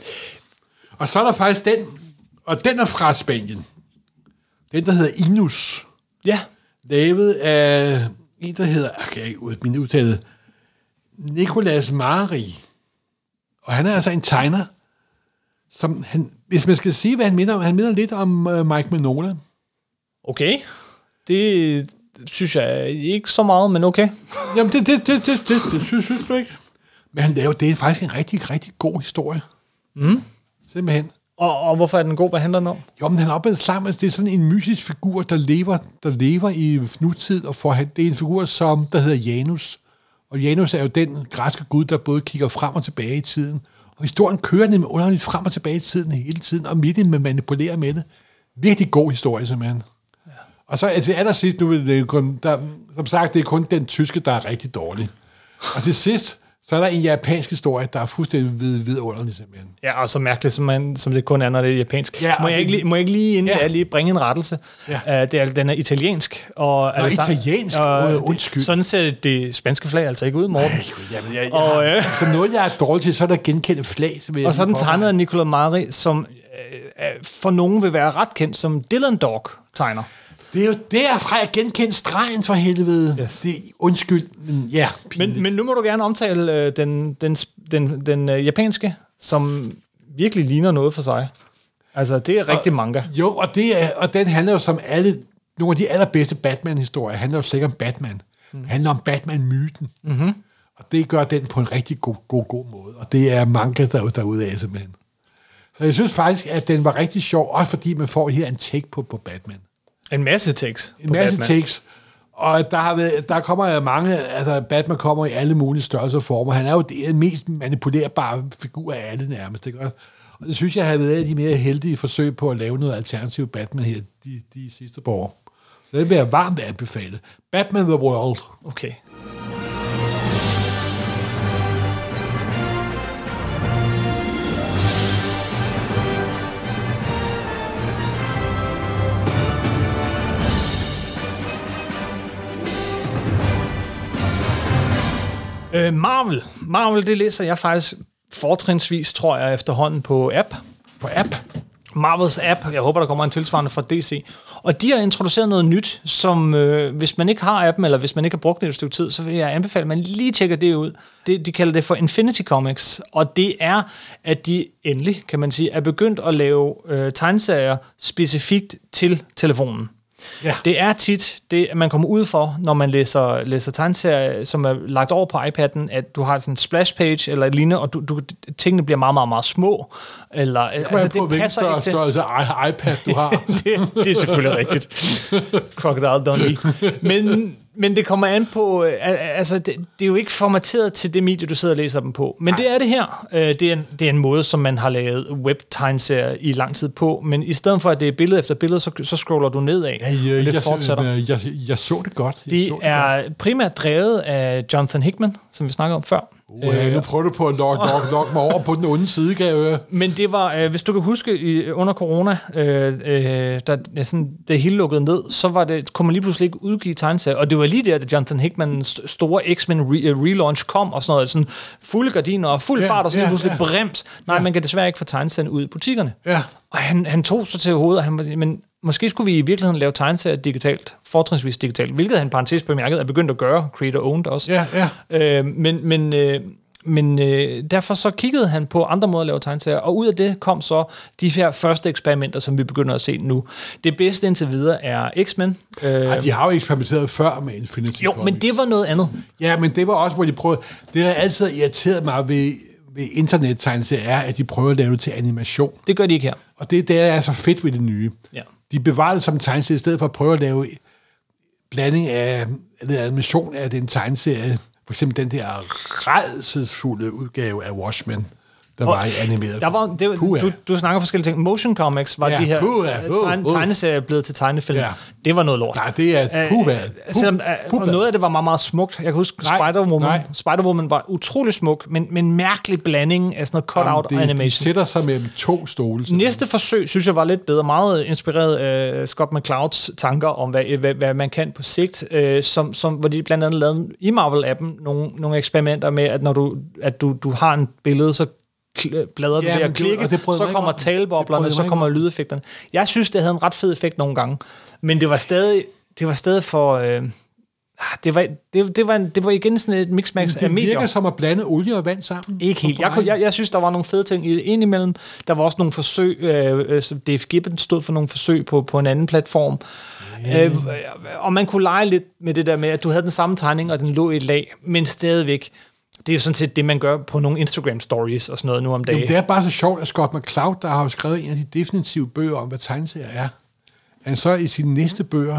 Og så er der faktisk den, og den er fra Spanien. Den, der hedder Inus. Ja. Lavet af en, der hedder, jeg kan ikke ud min udtale, Nicolas Mari. Og han er altså en tegner, som han, hvis man skal sige, hvad han minder om, han minder lidt om uh, Mike Mignola. Okay. Det synes jeg ikke så meget, men okay. Jamen, det, det, det, det, det, det synes, synes du ikke. Men han laver, det er faktisk en rigtig, rigtig god historie. Mm. Simpelthen. Og, og hvorfor er den god? Hvad handler den om? Jo, men han er oppe med sammen. Det er sådan en mytisk figur, der lever, der lever i nutid, og for, det er en figur, som der hedder Janus. Og Janus er jo den græske gud, der både kigger frem og tilbage i tiden. Og historien kører nemlig underligt frem og tilbage i tiden hele tiden, og midt i man manipulerer med det. Virkelig god historie, simpelthen. Ja. Og så altså, allersidst, nu det er kun, der, som sagt, det er kun den tyske, der er rigtig dårlig. Og til sidst, så er der en japansk historie, der er fuldstændig vid, vidunderlig, simpelthen. Ja, og så mærkeligt, som, man, som det kun er, når det er japansk. Ja, må, jeg ikke, må jeg ikke lige, inden ja. jeg lige bringe en rettelse? Ja. Uh, det er, den er italiensk. Og, Nå, altså, italiensk? Og, undskyld. Sådan ser det spanske flag altså ikke ud, Morten. Nej, jamen, jeg, jeg, og, øh, så noget, jeg er dårlig til, så er der genkendt flag. Så og så er den tegnet af Nicolas Mari, som øh, for nogen vil være ret kendt som Dylan Dog-tegner. Det er jo derfra, jeg genkendt stregen for helvede. Yes. Det er undskyld, men ja. Men, men nu må du gerne omtale øh, den, den, den, den øh, japanske, som virkelig ligner noget for sig. Altså, det er rigtig og, manga. Jo, og, det er, og den handler jo som alle, nogle af de allerbedste Batman-historier, handler jo slet ikke om Batman. Mm. Det handler om Batman-myten. Mm-hmm. Og det gør den på en rigtig god, god, god måde. Og det er manga der, derude af, simpelthen. Så jeg synes faktisk, at den var rigtig sjov, også fordi man får her en take på, på Batman. En masse takes. En masse Batman. takes. Og der, har været, der kommer mange, altså Batman kommer i alle mulige størrelser og former. Han er jo den mest manipulerbare figur af alle nærmest. Ikke? Og det synes jeg har været af de mere heldige forsøg på at lave noget alternativ Batman her de, de sidste par år. Så det vil jeg varmt anbefale. Batman The World. Okay. Øh, Marvel. Marvel, det læser jeg faktisk fortrinsvis, tror jeg, efterhånden på app. På app? Marvels app. Jeg håber, der kommer en tilsvarende fra D C. Og de har introduceret noget nyt, som øh, hvis man ikke har appen, eller hvis man ikke har brugt det et stykke tid, så vil jeg anbefale, at man lige tjekker det ud. Det, de kalder det for Infinity Comics, og det er, at de endelig, kan man sige, er begyndt at lave øh, tegneserier specifikt til telefonen. Ja. Det er tit det, man kommer ud for, når man læser, læser tegneserier, som er lagt over på iPad'en, at du har sådan en splash page eller et lignende, og du, du, tingene bliver meget, meget, meget små. Eller, altså, det på, passer ikke til... størrelse af iPad, du har. det, det er selvfølgelig rigtigt. Crocodile Dundee. Men... Men det kommer an på, altså det, det er jo ikke formateret til det medie, du sidder og læser dem på. Men Nej. det er det her. Det er, en, det er en måde, som man har lavet web-tegneserier i lang tid på. Men i stedet for, at det er billede efter billede, så, så scroller du nedad. Ja, ja, det jeg, fortsætter. Jeg, jeg, jeg så det godt. Jeg det så det er godt. primært drevet af Jonathan Hickman, som vi snakkede om før. Uh, øh, nu prøver du på at lokke mig over på den onde side, kan jeg høre. Men det var, øh, hvis du kan huske, i, under corona, øh, øh, da sådan, det hele lukkede ned, så var det, kunne man lige pludselig ikke udgive tegneserier. Og det var lige der, da Jonathan Hickmans store X-Men re- relaunch kom, og sådan noget, sådan fulde gardiner og fuld ja, fart, og så lige ja, pludselig ja. brems. Nej, ja. man kan desværre ikke få tegneserier ud i butikkerne. Ja. Og han, han tog sig til hovedet, og han var, men måske skulle vi i virkeligheden lave tegneserier digitalt, fortrinsvis digitalt, hvilket han parentes bemærket er begyndt at gøre, creator-owned også. Ja, ja. Øh, men men øh, Men øh, derfor så kiggede han på andre måder at lave tegneserier, og ud af det kom så de her første eksperimenter, som vi begynder at se nu. Det bedste indtil videre er X-Men. Øh, ja, de har jo eksperimenteret før med Infinity Jo, Comics. men det var noget andet. Ja, men det var også, hvor de prøvede... Det, der altid irriteret mig ved, ved internet-tegneserier, er, at de prøver at lave det til animation. Det gør de ikke her. Og det der er så fedt ved det nye. Ja. De bevarer det som en tegneserie, i stedet for at prøve at lave blanding af eller animation af den tegneserie. For eksempel den der rædselsfulde udgave af Watchmen, der var i animeret. Der var, det, du, du snakker forskellige ting. Motion Comics var ja, de her tegne, tegneserier blevet til tegnefilm. Ja. Det var noget lort. Nej, det er puha. Selvom noget af det var meget, meget smukt. Jeg kan huske, Spider-Woman, Spider-Woman var utrolig smuk, men med en mærkelig blanding af sådan noget cut-out Jamen, animation. De sætter sig mellem to stole. Næste forsøg, synes jeg, var lidt bedre. Meget inspireret af Scott McClouds tanker om, hvad, hvad, hvad man kan på sigt, øh, som, som, hvor de blandt andet lavede i Marvel-appen nogle, nogle eksperimenter med, at når du, at du, du har en billede, så bladrer du ja, ved at klikke, det, så kommer taleboblerne, så kommer lydeffekterne. Jeg synes, det havde en ret fed effekt nogle gange, men det var stadig, det var stadig for... Øh, det, var, det, det, var, det var igen sådan et mix-max af medier. Det virker som at blande olie og vand sammen. Ikke helt. Jeg, jeg, jeg synes, der var nogle fede ting indimellem. Der var også nogle forsøg, øh, som Dave Gibbons stod for nogle forsøg på, på en anden platform. Yeah. Øh, og man kunne lege lidt med det der med, at du havde den samme tegning, og den lå i et lag, men stadigvæk. Det er jo sådan set det, man gør på nogle Instagram-stories og sådan noget nu om dagen. Det er bare så sjovt, at Scott McCloud, der har jo skrevet en af de definitive bøger om, hvad tegneserier er, han så i sine næste bøger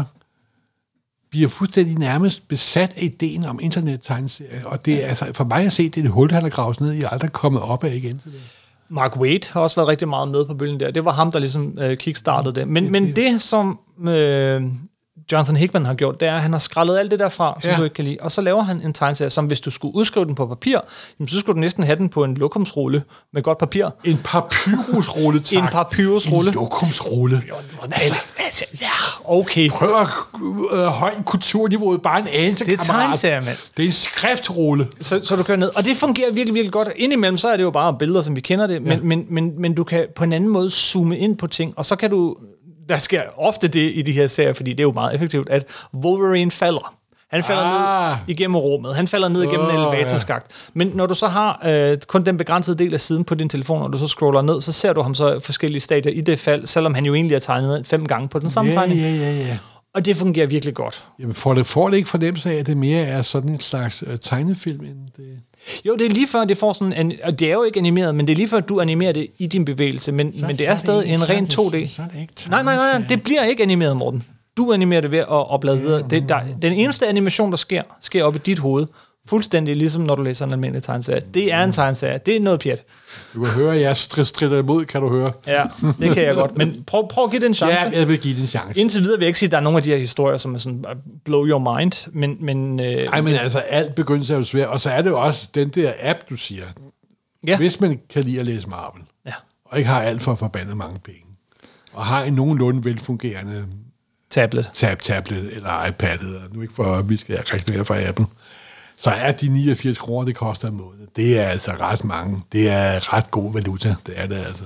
bliver fuldstændig nærmest besat af ideen om internet-tegneserier. Og det er altså, for mig at se, det er et hul, han har gravet ned i, og aldrig kommet op af igen til det. Mark Waid har også været rigtig meget med på bølgen der. Det var ham, der ligesom øh, kickstartede det. Men, men det, som... Øh, Jonathan Hickman har gjort, det er, at han har skrællet alt det der fra, som ja. du ikke kan lide, og så laver han en tegneserie, som hvis du skulle udskrive den på papir, så skulle du næsten have den på en lokumsrulle med godt papir. En papyrusrulle, tak. En papyrusrulle. En lokumsrulle. Altså, altså, ja, okay. Prøv at øh, højne kulturniveauet bare en anelse, det er tegneserie, mand. Det er en skriftrulle. Så, så du kører ned, og det fungerer virkelig, virkelig godt. Indimellem, så er det jo bare billeder, som vi kender det, men, ja. men, men, men du kan på en anden måde zoome ind på ting, og så kan du... Der sker ofte det i de her serier, fordi det er jo meget effektivt, at Wolverine falder. Han falder ah. ned igennem rummet. Han falder ned igennem oh, en elevatorskagt. Ja. Men når du så har øh, kun den begrænsede del af siden på din telefon, og du så scroller ned, så ser du ham så forskellige stadier i det fald, selvom han jo egentlig er tegnet fem gange på den samme yeah, tegning. Ja, ja, ja. Og det fungerer virkelig godt. Jamen får det, får det ikke fornemmelse af, at det mere er sådan en slags øh, tegnefilm, end det... Jo, det er lige før, det får sådan en, og det er jo ikke animeret, men det er lige før, du animerer det i din bevægelse, men, så, men det er stadig det, en ren to D. Så er det ikke nej, nej, nej, det bliver ikke animeret, Morten. Du animerer det ved at oplade videre. Det, der, den eneste animation, der sker, sker op i dit hoved, fuldstændig ligesom når du læser en almindelig tegneserie. Det er en tegneserie. Det er noget pjat. Du kan høre, at jeg strider imod, kan du høre. Ja, det kan jeg godt. Men prøv, prøv at give det en chance. Ja, jeg vil give det en chance. Indtil videre vil jeg ikke sige, at der er nogle af de her historier, som er sådan blow your mind. Men, men, øh, Ej, men altså, alt begynder jo svært. Og så er det jo også den der app, du siger. Ja. Hvis man kan lide at læse Marvel, ja. og ikke har alt for forbandet mange penge, og har en nogenlunde velfungerende tablet, tab, tablet eller iPad, eller nu ikke for, vi skal reklamere for appen, så er de niogfirs kroner, det koster en måned. Det er altså ret mange. Det er ret god valuta, det er det altså.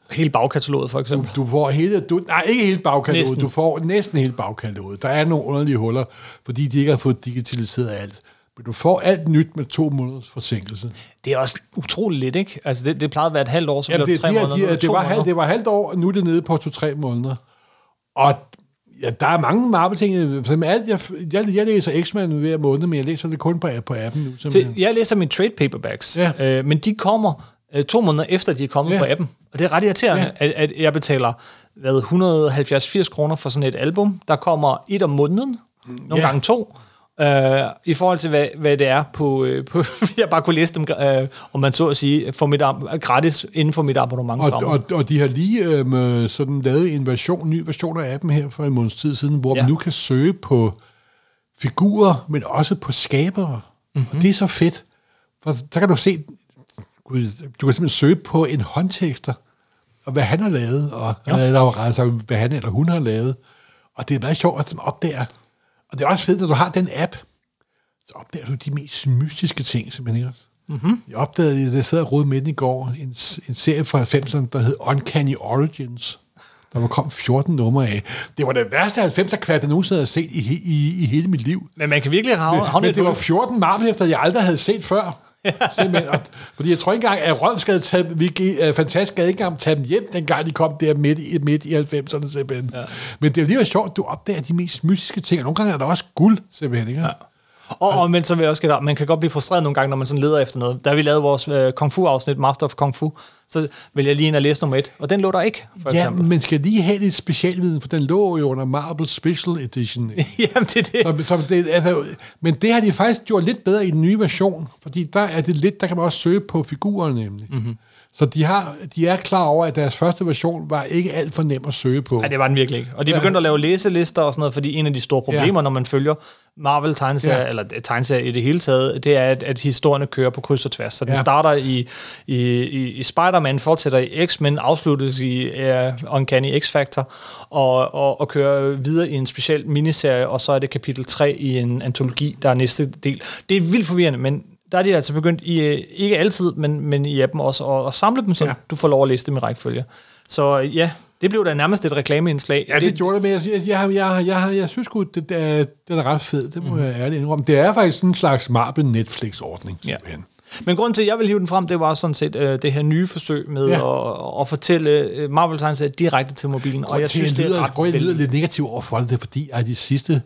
Hele bagkataloget, for eksempel. Du, du får hele... Du, nej, ikke hele bagkataloget. Næsten. Du får næsten hele bagkataloget. Der er nogle underlige huller, fordi de ikke har fået digitaliseret alt. Men du får alt nyt med to måneders forsinkelse. Det er også utroligt lidt, ikke? Altså, det, det plejede at være et halvt år, så Jamen, blev det tre de, måneder. De, de, det, var halv, det var halvt år, og nu er det nede på to-tre måneder. Og ja, der er mange Marvel-ting. For alt, jeg, jeg, jeg læser X-Men hver måned, men jeg læser det kun på, på appen nu. Så jeg læser mine trade paperbacks, ja. øh, men de kommer øh, to måneder efter, de er kommet ja. på appen. Og det er ret irriterende, ja. at, at jeg betaler hvad, et hundrede og halvfjerds til firs kroner for sådan et album. Der kommer et om måneden, nogle ja. gange to. Uh, i forhold til, hvad, hvad det er på... Uh, på jeg bare kunne læse dem, uh, om man så at sige, for mit, gratis inden for mit abonnementsramme. Og, og, og de har lige uh, sådan lavet en version, ny version af appen her for en måneds tid siden, hvor ja. man nu kan søge på figurer, men også på skabere. Mm-hmm. Og det er så fedt. For så kan du se... Gud, du kan simpelthen søge på en håndtekster, og hvad han har lavet, og ja. eller, altså, hvad han eller hun har lavet. Og det er meget sjovt at opdage. Og det er også fedt, når du har den app, så opdager du de mest mystiske ting, simpelthen også. Mm-hmm. Jeg opdagede, jeg sad og rodede med den i går, en, en serie fra halvfemserne, der hed Uncanny Origins. Der var kom fjorten numre af. Det var det værste halvfemser-kvat, jeg nogensinde havde set i, i, i hele mit liv. Men man kan virkelig havne... Men, men det var fjorten Marvel-hæfter, jeg aldrig havde set før. Simpelthen. Og, fordi jeg tror ikke engang, at Rolf havde taget, vi uh, fantastisk havde ikke engang tage dem hjem, dengang de kom der midt i, midt i halvfemserne, simpelthen. Ja. Men det er jo lige sjovt, du opdager de mest mystiske ting, og nogle gange er der også guld, simpelthen, ikke? Ja. Og, og men så vil jeg også sige, man kan godt blive frustreret nogle gange, når man sådan leder efter noget. Da vi lavede vores uh, Kung Fu-afsnit, Master of Kung Fu, så vil jeg lige ind og læse nummer et, og den lå der ikke, for ja, eksempel. men skal lige have lidt specialviden, for den lå jo under Marvel Special Edition. Jamen, det er det. Så, så det altså, men det har de faktisk gjort lidt bedre i den nye version, fordi der er det lidt, der kan man også søge på figurer nemlig. Mm-hmm. Så de, har, de er klar over, at deres første version var ikke alt for nem at søge på. Nej, det var den virkelig ikke. Og de begyndte ja. at lave læselister og sådan noget, fordi en af de store problemer, ja. når man følger Marvel-tegneserier, ja. eller tegneserier i det hele taget, det er, at, at historierne kører på kryds og tværs. Så den ja. starter i, i, i, i Spider-Man, fortsætter i X-Men, afsluttes i uh, Uncanny X-Factor, og, og, og kører videre i en speciel miniserie, og så er det kapitel tre i en antologi, der er næste del. Det er vildt forvirrende, men der er de altså begyndt, i, ikke altid, men, men i appen også, at, at samle dem, så ja. du får lov at læse dem i rækkefølge. Så ja, det blev da nærmest et reklameindslag. Ja, det, det gjorde det, men jeg, jeg, jeg, jeg, jeg, jeg synes godt, det, det, det er ret fedt, det må mm. jeg ærligt indrømme. Det er faktisk en slags Marvel-Netflix-ordning. Ja. Men grunden til, at jeg vil hive den frem, det var sådan set uh, det her nye forsøg med ja. at, at fortælle uh, Marvel-tegneserier direkte til mobilen, og jeg synes, det er ret vildt. Jeg lyder lidt negativt over for det, det er fordi, at de sidste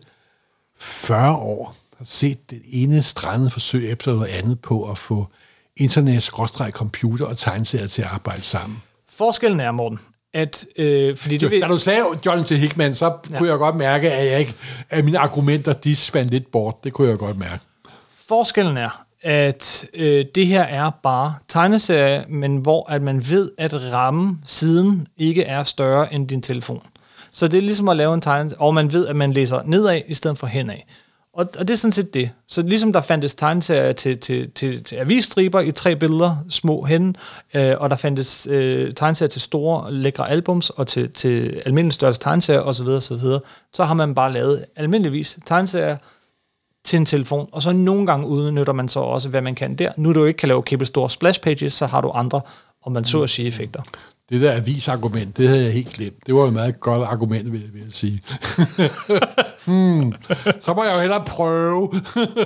fyrre år har set det ene strandede forsøg efter noget andet på at få internet, computer og tegneserier til at arbejde sammen. Forskellen er, Morten, at... Øh, fordi du, det da du sagde Johnny T. Hickman, så ja. kunne jeg godt mærke, at, jeg ikke, at mine argumenter, de svandt lidt bort. Det kunne jeg godt mærke. Forskellen er, at øh, det her er bare tegneserier, men hvor at man ved, at rammen siden ikke er større end din telefon. Så det er ligesom at lave en tegneserie, og man ved, at man læser nedad i stedet for henad. Og, og det er sådan set det. Så ligesom der fandtes tegneserier til, til, til, til avisstriber i tre billeder, små hen, øh, og der fandtes øh, tegneserier til store, lækre albums, og til, til almindelig størrelse tegneserier osv., osv., så har man bare lavet almindeligvis tegneserier til en telefon, og så nogle gange udnytter man så også, hvad man kan der. Nu du ikke kan lave kæmpe store splash pages, så har du andre, og man så at sige, effekter. Det der avisargument, det havde jeg helt glemt. Det var et meget godt argument, vil jeg, vil jeg sige. hmm. Så må jeg jo hellere prøve.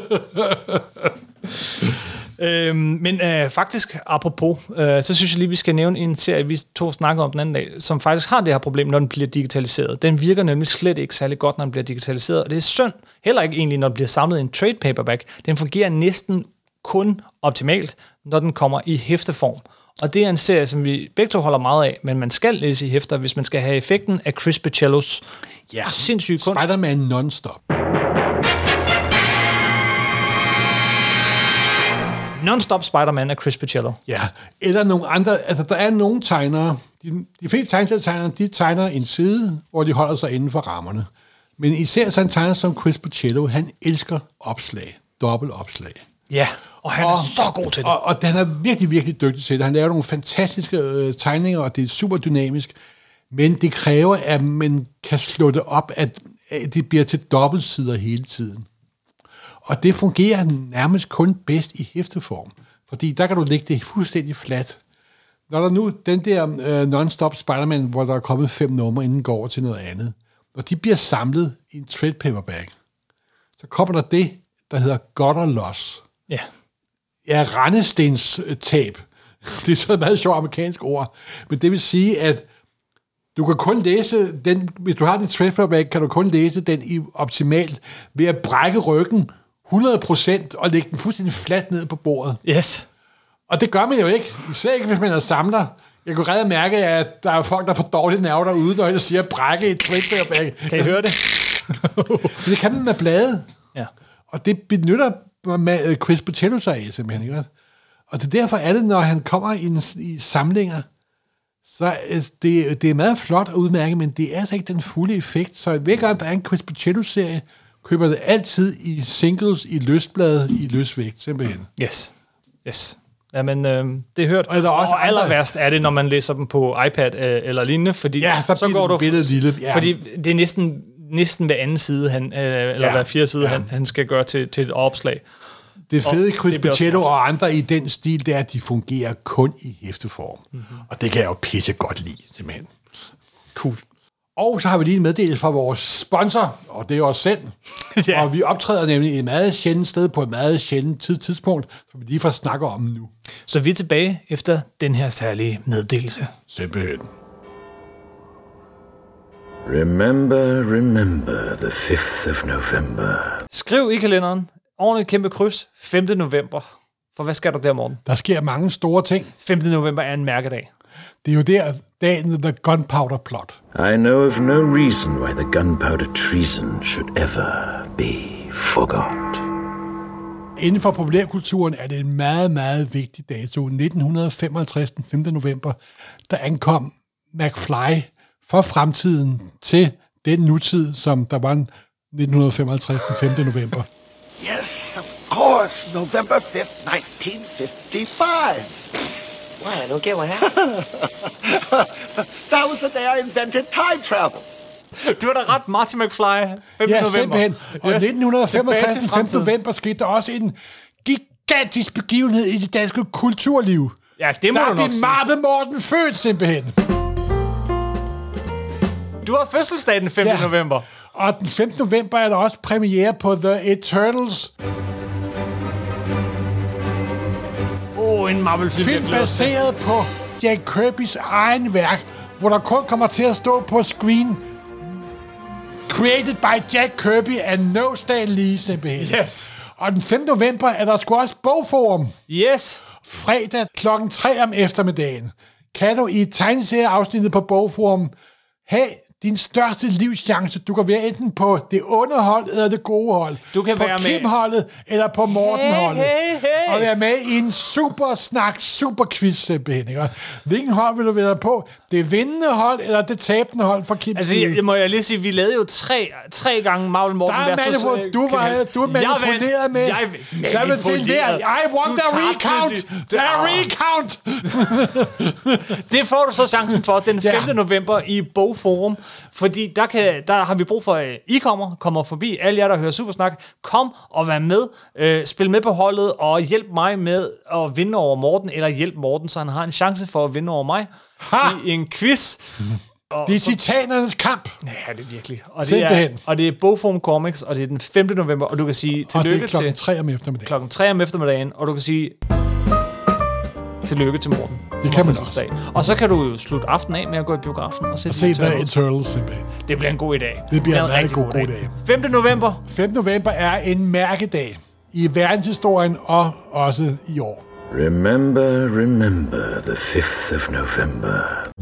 øhm, men øh, faktisk, apropos, øh, så synes jeg lige, vi skal nævne en serie, vi to snakker om den anden dag, som faktisk har det her problem, når den bliver digitaliseret. Den virker nemlig slet ikke særlig godt, når den bliver digitaliseret, og det er synd. Heller ikke egentlig, når den bliver samlet i en trade paperback. Den fungerer næsten kun optimalt, når den kommer i hæfteform. Og det er en serie, som vi begge to holder meget af, men man skal læse i hæfter, hvis man skal have effekten af Chris Bachalo's ja. sindssyge kunst. Spider-Man non-stop. Non-stop Spider-Man af Chris Bachalo. Ja, eller nogle andre, altså der er nogle tegnere, de, de fleste tegneserietegnere, de tegner en side, hvor de holder sig inden for rammerne. Men især sådan en tegner som Chris Bachalo, han elsker opslag, dobbelt opslag. Ja, og han og, er så god til det. Og, og han er virkelig, virkelig dygtig til det. Han laver nogle fantastiske øh, tegninger, og det er super dynamisk. Men det kræver, at man kan slå det op, at, at det bliver til dobbeltsider hele tiden. Og det fungerer nærmest kun bedst i hæfteform. Fordi der kan du lægge det fuldstændig fladt. når der nu den der uh, non-stop Spider-Man, hvor der er kommet fem numre, inden går over til noget andet, når de bliver samlet i en trade paperback, så kommer der det, der hedder got or loss. Ja. Ja, rendestens tab. Det er så et meget sjovt amerikansk ord. Men det vil sige, at du kan kun læse den, hvis du har din trade paperback, kan du kun læse den i optimalt ved at brække ryggen hundrede procent og lægge den fuldstændig fladt ned på bordet. Yes. Og det gør man jo ikke. Især ikke, hvis man er samler. Jeg kunne redde mærke, at der er folk, der får dårlige nerver derude, når jeg siger, brække et trade paperback. Kan I høre det? Det kan man med blade. Ja. Og det benytter med Chris Botello sig af, simpelthen. Ikke? Og det er derfor, at det, når han kommer i, en, i samlinger, så det, det er meget flot og udmærket, men det er altså ikke den fulde effekt. Så hver gang der er en Chris Botello-serie, køber det altid i singles, i løsblad, i løsvægt, simpelthen. Yes. Yes. Jamen, øh, det er hørt. Og, er også og aller værst er det, når man læser dem på iPad øh, eller lignende, fordi ja, så, så går du billedet lille. Ja. Fordi det er næsten, næsten hver anden side, han, øh, eller ja. hver fjerde side, ja. han, han skal gøre til, til et opslag. Det fede Chris Botello og andre i den stil, det er, at de fungerer kun i hæfteform. Mm-hmm. Og det kan jeg jo pisse godt lide, simpelthen. Cool. Og så har vi lige en meddelelse fra vores sponsor, og det er jo os selv. Ja. Og vi optræder nemlig i et meget sjældent sted på et meget sjældent tid, tidspunkt, som vi lige får snakke om nu. Så vi er tilbage efter den her særlige meddelelse. Simpelthen. Remember, remember the fifth of November. Skriv i kalenderen. Ordentligt kæmpe kryds. femte november. For hvad skal der der, morgen? Der sker mange store ting. femte november er en mærkedag. Det er jo der, dagen The Gunpowder Plot. I know of no reason why the gunpowder treason should ever be forgot. Inden for populærkulturen er det en meget, meget vigtig dato. nitten femoghalvtreds, den femte november, der ankom McFly fra fremtiden til den nutid, som der var nitten femoghalvtreds, den femte november. Yes, of course, November fifth, nineteen fifty-five. Why, I don't get what happened. That was the day I invented time travel. Du har da ret, Marty McFly, femte ja, november. Simpelthen. Og yes. nitten femogtres, den femte november, skete der også en gigantisk begivenhed i det danske kulturliv. Ja, det må der du nok sige. Der blev Marpe Morten født, simpelthen. Du har fødselsdag den femte ja. november. Og den femte november er der også premiere på The Eternals. Oh, en Marvel-film. Film baseret på Jack Kirby's egen værk, hvor der kun kommer til at stå på screen created by Jack Kirby and no Stan Lee, simpelthen. Yes. Og den femte november er der sgu også bogforum. Yes. Fredag klokken tre om eftermiddagen kan du i tegneserieafsnittet på bogforum have din største livschance. Du kan være enten på det onde hold eller det gode hold. Du kan på være med. Kim-holdet eller på Morten-holdet. Hey, hey, hey. Og være med i en super snak, super quiz simpelthen. Ikke? Hvilken hold vil du være på? Det vindende hold eller det tabende hold for Kim? Altså, jeg, jeg må jeg lige sige, vi lavede jo tre, tre gange Marvel Morten. Der er manipul- du, var, du er manipuleret med. Jeg er manipuleret. I want a recount. Der er recount. Det får du så chancen for den femte november i Bogforum. Fordi der, kan, der har vi brug for, at I kommer, kommer forbi, alle jer, der hører Supersnak, kom og vær med, øh, spil med på holdet, og hjælp mig med at vinde over Morten, eller hjælp Morten, så han har en chance for at vinde over mig ha! i en quiz. Og det er titanernes kamp. Ja, det er virkelig. Og det er, og det er Bogforum Comics, og det er den femte november, og du kan sige tillykke til... Og det er klokken tre om eftermiddagen. Klokken tre om eftermiddagen, og du kan sige tillykke til Morten. Det kan man også. Og så kan du jo slutte aften af med at gå i biografen og, og se The Eternals simpelthen. Det bliver en god dag. Det bliver det en, en rigtig god, god dag. dag. femte november. femte november er en mærkedag i verdenshistorien og også i år. Remember, remember the fifth of November.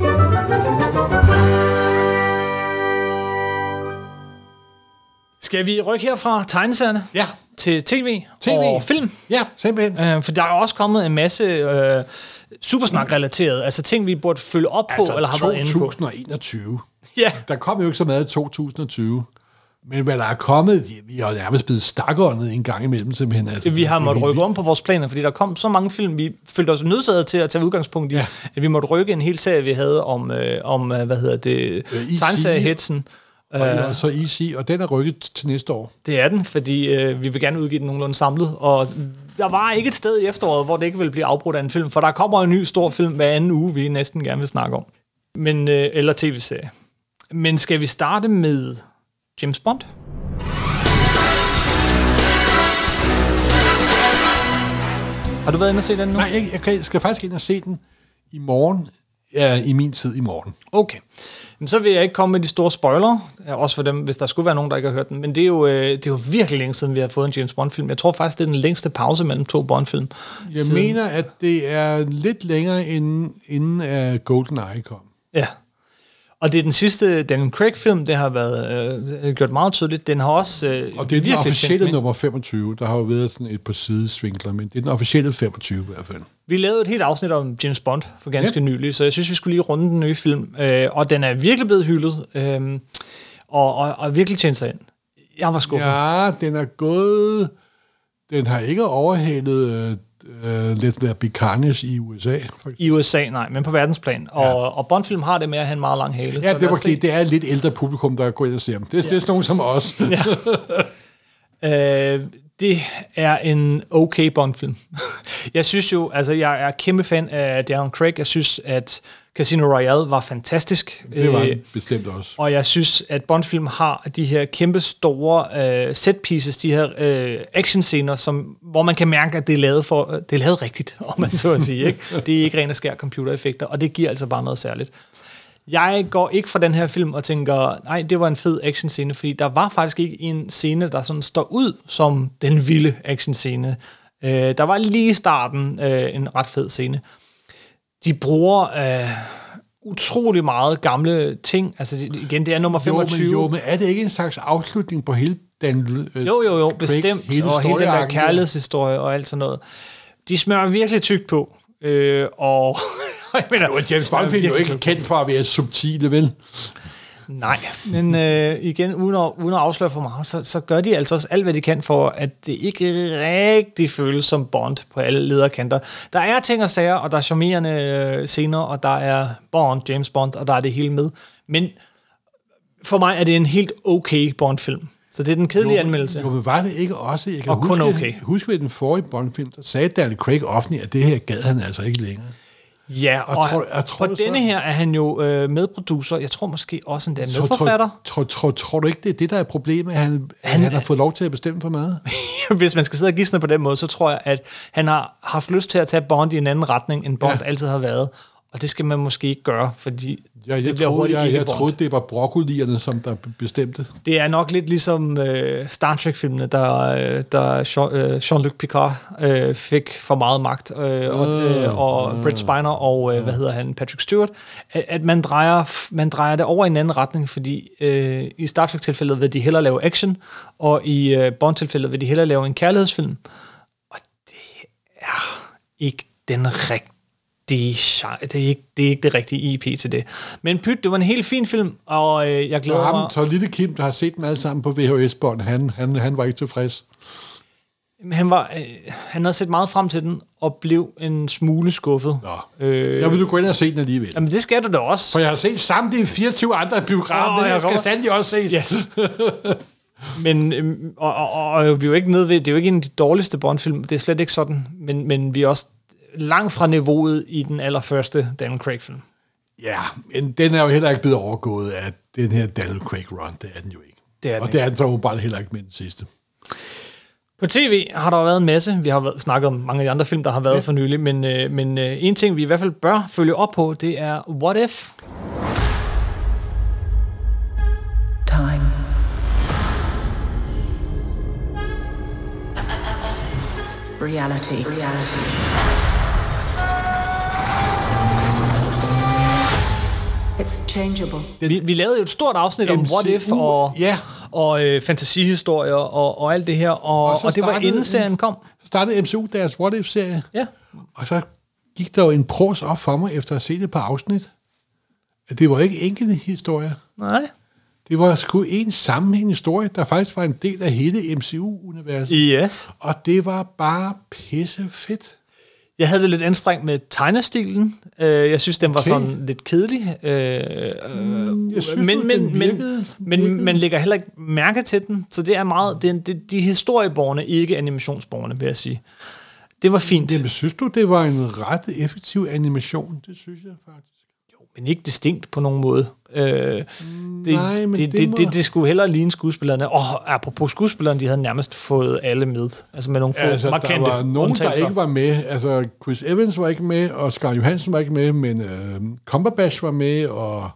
Skal vi rykke her fra tegneserierne ja. til tv, TV og film? Ja, simpelthen. Øh, for der er også kommet en masse øh, Supersnak-relateret, altså ting, vi burde følge op på, altså, eller har været inde på. to tusind enogtyve. Ja. Der kom jo ikke så meget i to tusind tyve. Men hvad der er kommet, vi har nærmest blevet stakåndet en gang imellem, simpelthen. Altså, vi har måttet rykke om på vores planer, fordi der kom så mange film, vi følte os nødsaget til at tage udgangspunkt i, ja. at vi måtte rykke en hel serie, vi havde om, øh, om hvad hedder det, uh, tegneseriehetsen. Og, og så Easy, og den er rykket til næste år. Det er den, fordi øh, vi vil gerne udgive den nogenlunde samlet, og der var ikke et sted i efteråret, hvor det ikke ville blive afbrudt af en film, for der kommer en ny stor film hver anden uge, vi næsten gerne vil snakke om. Men, øh, eller tv-serie. Men skal vi starte med James Bond? Har du været inde og se den nu? Nej, jeg, jeg, kan, jeg skal faktisk ind og se den i morgen. Ja, i min tid i morgen. Okay. Men så vil jeg ikke komme med de store spoiler, også for dem, hvis der skulle være nogen, der ikke har hørt den. Men det er jo, det er jo virkelig længe siden, vi har fået en James Bond-film. Jeg tror faktisk, det er den længste pause mellem to Bond-film. Jeg siden. mener, at det er lidt længere, inden, inden uh, GoldenEye kom. Ja. Og det er den sidste Daniel Craig-film, det har været øh, gjort meget tydeligt. Den har også øh, og det er den officielle nummer femogtyve. Der har jo været sådan et par sidesvinkler, men det er den officielle femogtyve i hvert fald. Vi lavede et helt afsnit om James Bond for ganske ja. nylig, så jeg synes, vi skulle lige runde den nye film. Øh, og den er virkelig blevet hyldet, øh, og, og, og virkelig tjent sig ind. Jeg var skuffet. Ja, den er gået... Den har ikke overhalet øh, lidt der Big Carnage i U S A. I U S A, nej, men på verdensplan. Og, ja. og Bond-film har det med at have en meget lang hale. Ja, det, var, det er et lidt ældre publikum, der går ind og ser dem. Det, ja. det er sådan nogen som os. Ja. øh, det er en okay Bond-film. Jeg synes jo, altså jeg er kæmpe fan af Daniel Craig. Jeg synes, at Casino Royale var fantastisk. Det var øh, bestemt også. Og jeg synes, at Bond-film har de her kæmpe store øh, set pieces, de her øh, actionscener, som, hvor man kan mærke, at det er lavet, for, det er lavet rigtigt, om man så at sige. Ikke? Det er ikke ren og skær computereffekter, og det giver altså bare noget særligt. Jeg går ikke fra den her film og tænker, nej, det var en fed actionscene, fordi der var faktisk ikke en scene, der sådan står ud som den vilde actionscene. Øh, der var lige i starten øh, en ret fed scene. De bruger øh, utrolig meget gamle ting. Altså igen, det er nummer femogtyve. Jo, men, jo, men er det ikke en slags afslutning på hele den... Øh, jo, jo, jo, bestemt. Hele og hele den der kærlighedshistorie og alt sådan noget. De smører virkelig tykt på. Øh, og... jeg mener, jo, James Bond-film er jo ikke kendt for at være subtile, vel? Nej, men øh, igen, uden at, uden at afsløre for meget, så, så gør de altså også alt, hvad de kan for, at det ikke rigtig føles som Bond på alle lederkanter. Der er ting og sager, og der er charmerende øh, scener, og der er Bond, James Bond, og der er det hele med. Men for mig er det en helt okay Bond-film. Så det er den kedelige jo, anmeldelse. Jo, men var det ikke også... Jeg kan og huske, kun okay. Husk ved den forrige Bond-film, der sagde Daniel Craig offentligt, at det her gad han altså ikke længere. Ja, og, og tror, jeg tror, på denne så, her er han jo øh, medproducer. Jeg tror måske også en der medforfatter. Tror, tror, tror, tror du ikke, det er det, der er problemet, at han, han, han har fået lov til at bestemme for meget? Hvis man skal sidde og gisne på den måde, så tror jeg, at han har haft lyst til at tage Bond i en anden retning, end Bond ja. altid har været. Og det skal man måske ikke gøre, fordi ja, jeg det bliver troede, hurtigt jeg, ikke jeg Bond. troede, det var broccolierne, som der bestemte. Det er nok lidt ligesom øh, Star Trek-filmene, der, der Jean-Luc Picard øh, fik for meget magt, øh, og, øh, og Brett Spiner og, øh, hvad hedder han, Patrick Stewart, at, at man, drejer, man drejer det over i en anden retning, fordi øh, i Star Trek-tilfældet vil de hellere lave action, og i øh, Bond-tilfældet vil de hellere lave en kærlighedsfilm. Og det er ikke den rigtige. Det er, det, er ikke, det er ikke det rigtige I P til det. Men pyt, det var en helt fin film, og øh, jeg glæder ham, mig... Så lille Kim, der har set dem alle sammen på V H S-bånd, han, han, han var ikke tilfreds. Han, var, øh, han havde set meget frem til den, og blev en smule skuffet. Nå. Øh, jeg vil du gå ind og se den alligevel. Jamen, det skal du da også. For jeg har set samtlige fireogtyve andre biografer, oh, jeg skal sandelig også ses. Yes. Men, øhm, og, og, og, og vi er jo ikke nede ved, det er jo ikke en af de dårligste Bond-film, det er slet ikke sådan, men, men vi er også langt fra niveauet i den allerførste Daniel Craig-film. Ja, men den er jo heller ikke blevet overgået af den her Daniel Craig-run. Det er den jo ikke. Det er den og ikke. det er den så åbenbart heller ikke med den sidste. På tv har der været en masse. Vi har været, snakket om mange af de andre film, der har været ja. for nylig, men, øh, men øh, en ting, vi i hvert fald bør følge op på, det er What If? Time. Reality. Reality. It's changeable. Vi, vi lavede jo et stort afsnit om M C U, What If og, ja. og øh, fantasihistorier og, og alt det her, og, og, og det var inden serien kom. Så startede M C U deres What If-serie, ja. og så gik der jo en pros op for mig, efter at have set et par afsnit. Det var ikke enkelte historier. Nej. Det var sgu en sammenhængende historie, der faktisk var en del af hele M C U-universet. Yes. Og det var bare pisse fedt. Jeg havde det lidt anstrengt med tegnestilen. Jeg synes, den var okay. sådan lidt kedelig. Mm, jeg synes, men, den men, virkede, men, virkede. men man lægger heller ikke mærke til den. Så det er meget... Det er, det, de historieborgerne, ikke animationsborgerne, vil jeg sige. Det var fint. Jamen, synes du, det var en ret effektiv animation? Det synes jeg faktisk. Men ikke distinkt på nogen måde. Øh, det, Nej, men det, det, det, må... det, det skulle hellere ligne skuespillerne. Og apropos skuespillerne, de havde nærmest fået alle med. Altså med nogle få altså, markante der var nogen, undtagelser. der ikke var med. Altså, Chris Evans var ikke med, og Scarlett Johansson var ikke med, men øh, Cumberbatch var med, og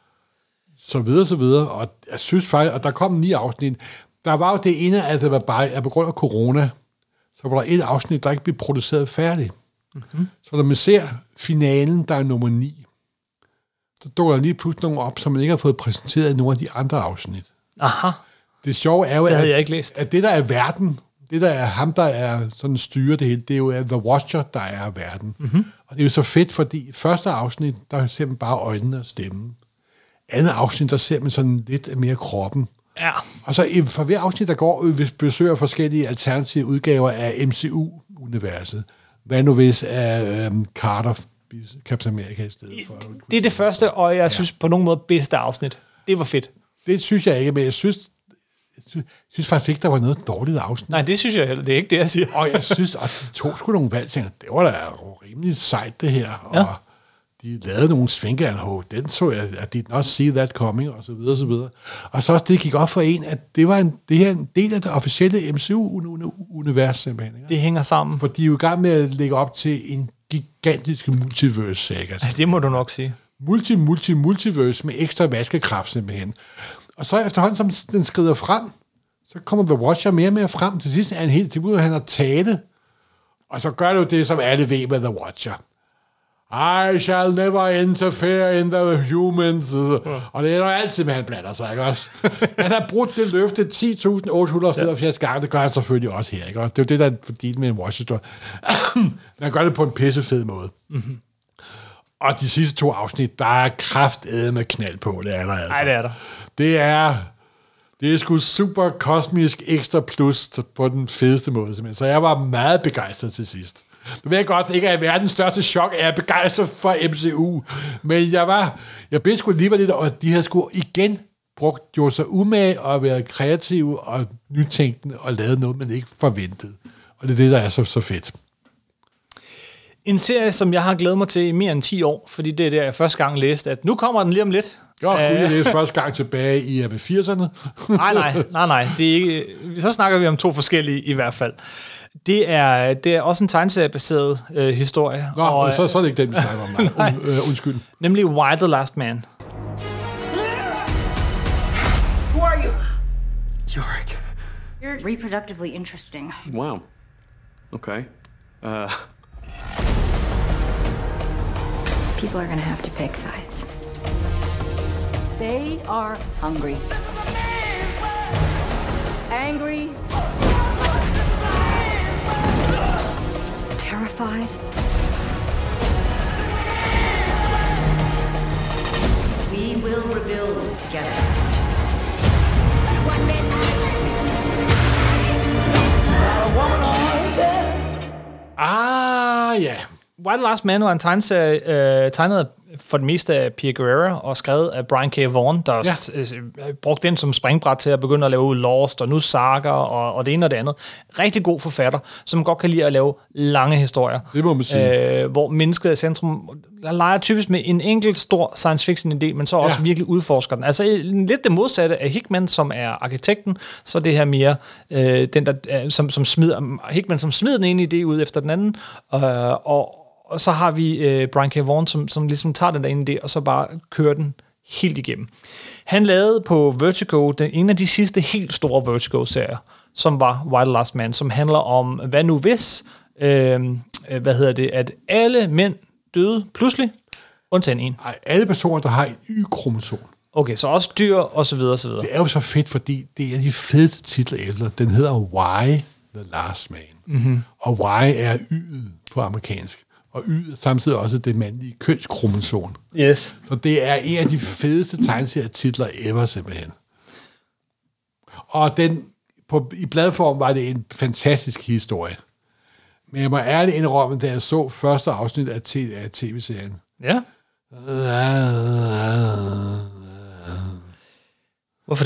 så videre, så videre. Og jeg synes faktisk, at der kom ni afsnit. Der var jo det ene, at det var bare, at på grund af corona, så var der et afsnit, der ikke blev produceret færdigt. Mm-hmm. Så når man ser finalen, der er nummer ni, så dukker der lige pludselig nogle op, som man ikke har fået præsenteret i nogle af de andre afsnit. Aha. Det sjove er jo, det at, jeg ikke læst. at det, der er verden, det, der er ham, der er sådan styrer det hele, det er jo The Watcher, der er verden. Mm-hmm. Og det er jo så fedt, fordi i første afsnit, der ser man bare øjnene og stemmen. Andet afsnit, der ser man sådan lidt mere kroppen. Ja. Og så for hver afsnit, der går, hvis besøger forskellige alternative udgaver af M C U-universet. Hvad nu hvis er øhm, Carter Captain America i stedet for? Det er det første, og jeg synes ja. på nogen måde bedste afsnit. Det var fedt. Det synes jeg ikke, men jeg synes, jeg synes, jeg synes faktisk ikke, der var noget dårligt afsnit. Nej, det synes jeg heller. Det er ikke det, jeg siger. Og jeg synes, at de tog sgu nogle valg, tænker, det var da rimelig sejt, det her. Og ja. de lavede nogle svinkeanhåb. Den så jeg, at did not see that coming, og så videre, og så videre. Og så også det gik op for en, at det var en, det her en del af det officielle M C U-univers, simpelthen. Det hænger sammen. For de er jo i gang med at lægge op til en gigantisk multiverse-saga. Ja, det må du nok sige. Multi, multi, multiverse med ekstra vaskekraft, simpelthen. Og så efterhånden, som den skrider frem, så kommer The Watcher mere og mere frem. Til sidst er han helt tilbud, han har tale. Og så gør det jo det, som alle ved med The Watcher. I shall never interfere in the humans. Og det er jo altid, med han blander sig, ikke også? Han har brudt det løfte ti tusind otte hundrede fireoghalvfjerds gange. Det gør han selvfølgelig også her, ikke? Det er jo det, der er fordelt med en Watcher-historie. Han gør det på en pissefed måde. Mm-hmm. Og de sidste to afsnit, der er kraftedeme med knald på. Det er der altså. Nej, det er der. Det er... Det er sgu super kosmisk ekstra plus på den fedeste måde, simpelthen. Så jeg var meget begejstret til sidst. Nu ved jeg godt, det ikke er verdens største chok, at jeg er begejstret for M C U. Men jeg var... Jeg blev sgu lige lidt over, at de har sgu igen brugt, gjort sig umage og været kreative og nytænkende og lavet noget, man ikke forventede. Og det er det, der er så, så fedt. En serie, som jeg har glædet mig til i mere end ti år, fordi det er der, jeg første gang læste, at nu kommer den lige om lidt. Jo, uh, jeg læste første gang tilbage i firserne. nej, nej, nej, nej. Det er ikke, så snakker vi om to forskellige i hvert fald. Det er, det er også en tegneseriebaseret øh, historie. Nå, og, så, så er det ikke den, vi snakker om. Nej. Und, øh, undskyld. Nemlig Why the Last Man. Who are you? Yorick. You're reproductively interesting. Wow. Okay. Uh... People are gonna have to pick sides. They are hungry. Angry. Terrified. We will rebuild together. Ah, ja. Why the Last Man var en tegneserie, øh, tegnet for det meste af Pia Guerrera og skrevet af Brian K. Vaughan, der ja. øh, brugte den som springbræt til at begynde at lave Lost, og nu Saga, og, og det ene og det andet. Rigtig god forfatter, som godt kan lide at lave lange historier. Det må man sige. Øh, hvor mennesket er centrum. Der leger typisk med en enkelt stor science fiction idé, men så også ja. virkelig udforsker den. Altså lidt det modsatte af Hickman, som er arkitekten, så det her mere øh, den, der, som, som smider, Hickman, som smider den ene idé ud efter den anden, øh, og Og så har vi øh, Brian K. Vaughan, som, som ligesom tager den der ene idé, og så bare kører den helt igennem. Han lavede på Vertigo den en af de sidste helt store Vertigo-serier, som var Why the Last Man, som handler om, hvad nu hvis, øh, hvad hedder det, at alle mænd døde pludselig, undtagen en. Nej, alle personer, der har et Y-kromosom. Okay, så også dyr, og så videre, og så videre. Det er jo så fedt, fordi det er de fedeste titler ældre. Den hedder Why the Last Man. Mm-hmm. Og Why er Y'et på amerikansk. Og Y er samtidig også det mandlige kønskromosom. Yes. Så det er en af de fedeste tegneserietitler ever, simpelthen. Og den, på, i bladform var det en fantastisk historie. Men jeg må ærligt indrømme, da jeg så første afsnit af, t- af tv-serien. Ja. Hvorfor det?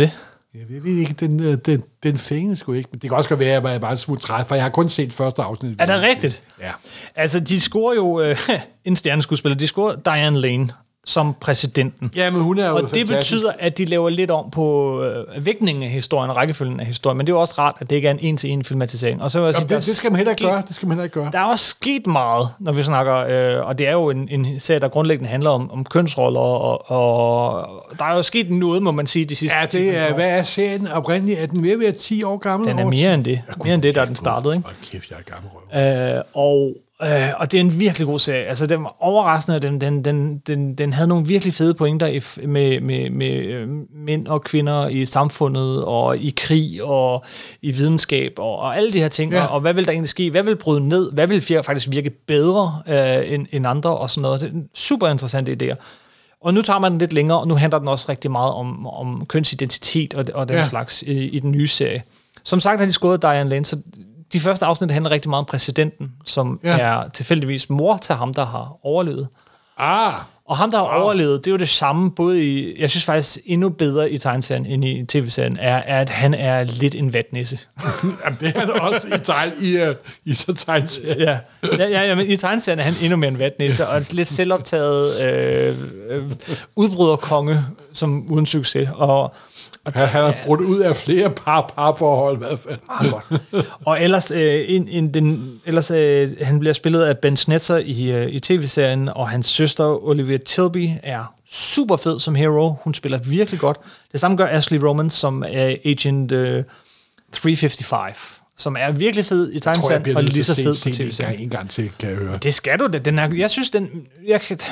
Jeg ved ikke, den, den, den fængende sgu ikke, men det kan også godt være, at jeg er bare smut træt, for jeg har kun set første afsnit. Er det rigtigt? Ja. Altså, de scorer jo øh, en stjerneskuespiller, de scorer Diane Lane som præsidenten. Ja, men hun er jo Og fantastisk. det betyder, at de laver lidt om på øh, vægtningen af historien og rækkefølgen af historien, men det er jo også rart, at det ikke er en en-til-en filmatisering. Og så vil jeg sige, Jamen, det, det skal man heller ikke gøre. Det skal man heller ikke gøre. Der er også sket meget, når vi snakker, øh, og det er jo en, en serie, der grundlæggende handler om, om kønsroller, og, og der er jo sket noget, må man sige, de sidste Ja, det er, hvad er serien oprindeligt? Er den ved at være ti år gammel? Den er mere end det. Mere end det, der den startede, ikke? Hold kæft, jeg er gammel røv. Øh, og, øh, og det er en virkelig god serie. Altså, den var overraskende, den, den, den, den, den havde nogle virkelig fede pointer i, med, med, med øh, mænd og kvinder i samfundet, og i krig, og i videnskab, og, og alle de her ting. Ja. Og, og hvad vil der egentlig ske? Hvad vil bryde ned? Hvad vil faktisk virke bedre øh, end, end andre? Og sådan noget. Det er super interessante idéer. Og nu tager man den lidt længere, og nu handler den også rigtig meget om, om kønsidentitet og, og den ja. slags i, i den nye serie. Som sagt har de skåret Diane Lane, så de første afsnit handler rigtig meget om præsidenten, som ja. er tilfældigvis mor til ham, der har overlevet. Ah! Og ham, der har wow. overlevet, det er jo det samme, både i, jeg synes faktisk endnu bedre i tegneserien end i tv-serien, er, er, at han er lidt en vatnisse. Jamen, det er han også i, tegn, i, uh, i så tegneserien. Ja, ja, ja, ja, men i tegneserien er han endnu mere en vatnisse, og lidt selvoptaget øh, øh, udbryderkonge, som uden succes. Og Og han, han har brudt ud af flere par parforhold i hvert fald. Ah, godt. Og ellers, øh, in, in den, ellers øh, han bliver spillet af Ben Schnetzer i, øh, i tv-serien, og hans søster Olivia Tilby er super fed som hero. Hun spiller virkelig godt. Det samme gør Ashley Romans, som er Agent øh, tre femoghalvfems, som er virkelig fed i tegneserien, og lige så fed på tv-serien. En gang til, kan jeg høre. Det skal du da. Den er, jeg synes, den... Jeg kan,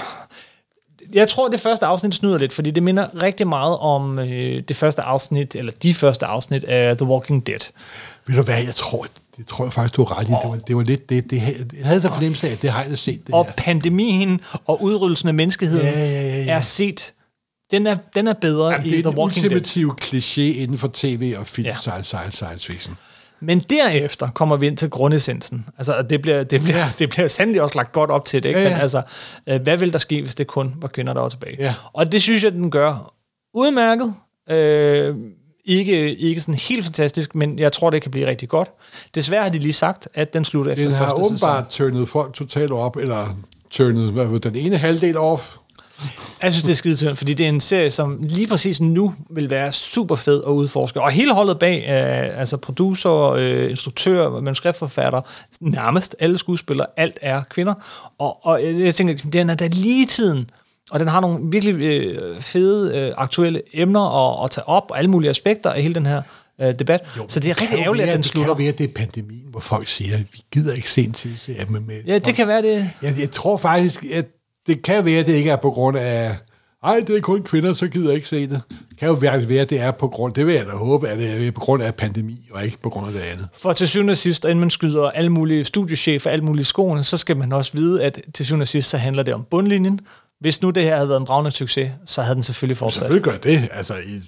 Jeg tror, det første afsnit snyder lidt, fordi det minder rigtig meget om øh, det første afsnit, eller de første afsnit af The Walking Dead. Ved du hvad, jeg tror, det tror jeg faktisk, du har ret i. Det var, det var lidt det. det jeg havde så fornemmelse af, at det har jeg set. Det og her. Pandemien og udryddelsen af menneskeheden ja, ja, ja, ja. er set. Den er, den er bedre Jamen, i The Walking Dead. Det er en ultimativ kliché inden for tv og film, Ja. science, science, science fiction. Men derefter kommer vi ind til grundessensen. Altså, det bliver, det bliver, Ja. det bliver sandelig også lagt godt op til det, ikke? Ja, ja. Men altså, øh, hvad vil der ske, hvis det kun var kvinder, der var tilbage? Ja. Og det synes jeg, den gør udmærket. Øh, ikke, ikke sådan helt fantastisk, men jeg tror, det kan blive rigtig godt. Desværre har de lige sagt, at den slutter efter Den har første åbenbart sæson. turnet folk totalt op, eller turnet hvad, ved, den ene halvdel off. Jeg synes, det er skidesynd, fordi det er en serie, som lige præcis nu vil være super fed at udforske. Og hele holdet bag, øh, altså producer, øh, instruktør, manuskriptforfatter, nærmest alle skuespillere, alt er kvinder. Og, og jeg tænker, den er da lige i tiden, og den har nogle virkelig øh, fede øh, aktuelle emner at, at tage op, og alle mulige aspekter af hele den her øh, debat. Jo, så det er rigtig ærgerligt, at den slutter. Det kan jo være, det er pandemien, hvor folk siger, at vi gider ikke se en tv-serie med, med Ja, det kan være det. Jeg, jeg tror faktisk, at det kan være, at det ikke er på grund af, ej, det er kun kvinder, så gider jeg ikke se det. Det kan jo være, at det er på grund, det vil jeg da håbe, at det er på grund af pandemi, og ikke på grund af det andet. For til syvende og sidst, inden man skyder alle mulige studiechefer, alle mulige skoene, så skal man også vide, at til syvende og sidst, så handler det om bundlinjen. Hvis nu det her havde været en bravende succes, så havde den selvfølgelig fortsat. Selvfølgelig gør det, altså i...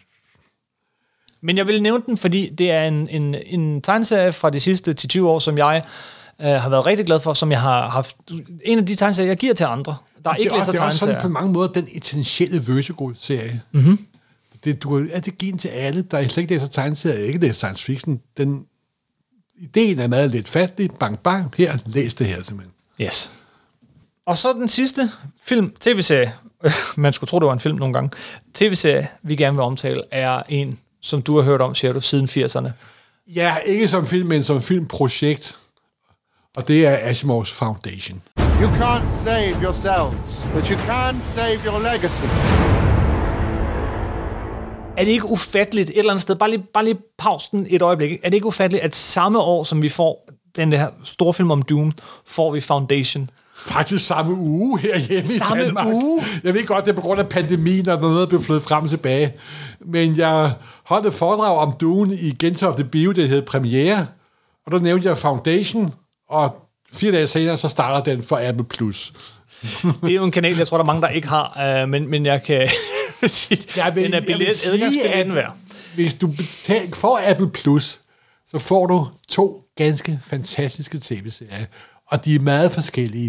Men jeg vil nævne den, fordi det er en, en, en tegneserie fra de sidste ti til tyve år, som jeg øh, har været rigtig glad for, som jeg har haft... En af de tegneserier, jeg giver til andre. Der er det, ikke læser det er også sådan tegneserier. på mange måder den essentielle Vertigo-serie. Mm-hmm. Det, du er det givet til alle, der slet ikke læser tegneserier, ikke læser science fiction. Den, ideen er meget lidt fattig. Bang, bang. Her, læs det her simpelthen. Yes. Og så den sidste film, tv-serie. Man skulle tro, det var en film nogle gange. Tv-serie, vi gerne vil omtale, er en, som du har hørt om, siger du, siden firserne. Ja, ikke som film, men som filmprojekt. Og det er Asimovs Foundation. You can't save yourselves, but you can save your legacy. Er det ikke ufatteligt et eller andet sted, bare lige, bare lige pausen et øjeblik, er det ikke ufatteligt, at samme år, som vi får den der store film om Doom, får vi Foundation? Faktisk samme uge herhjemme samme i Danmark. uge? Jeg ved godt, det er på grund af pandemien, og noget er blevet flyttet frem og tilbage. Men jeg holdt et foredrag om Dune i Gentofte Bio, det hed Premiere, og der nævnte jeg Foundation, og fire dage senere, så starter den for Apple Plus. Det er jo en kanal, jeg tror, der er mange, der ikke har, øh, men, men jeg kan sige, jeg vil, den er billet, adgangsbilletten værd. Hvis du betaler for Apple Plus, så får du to ganske fantastiske tv-serier, og de er meget forskellige.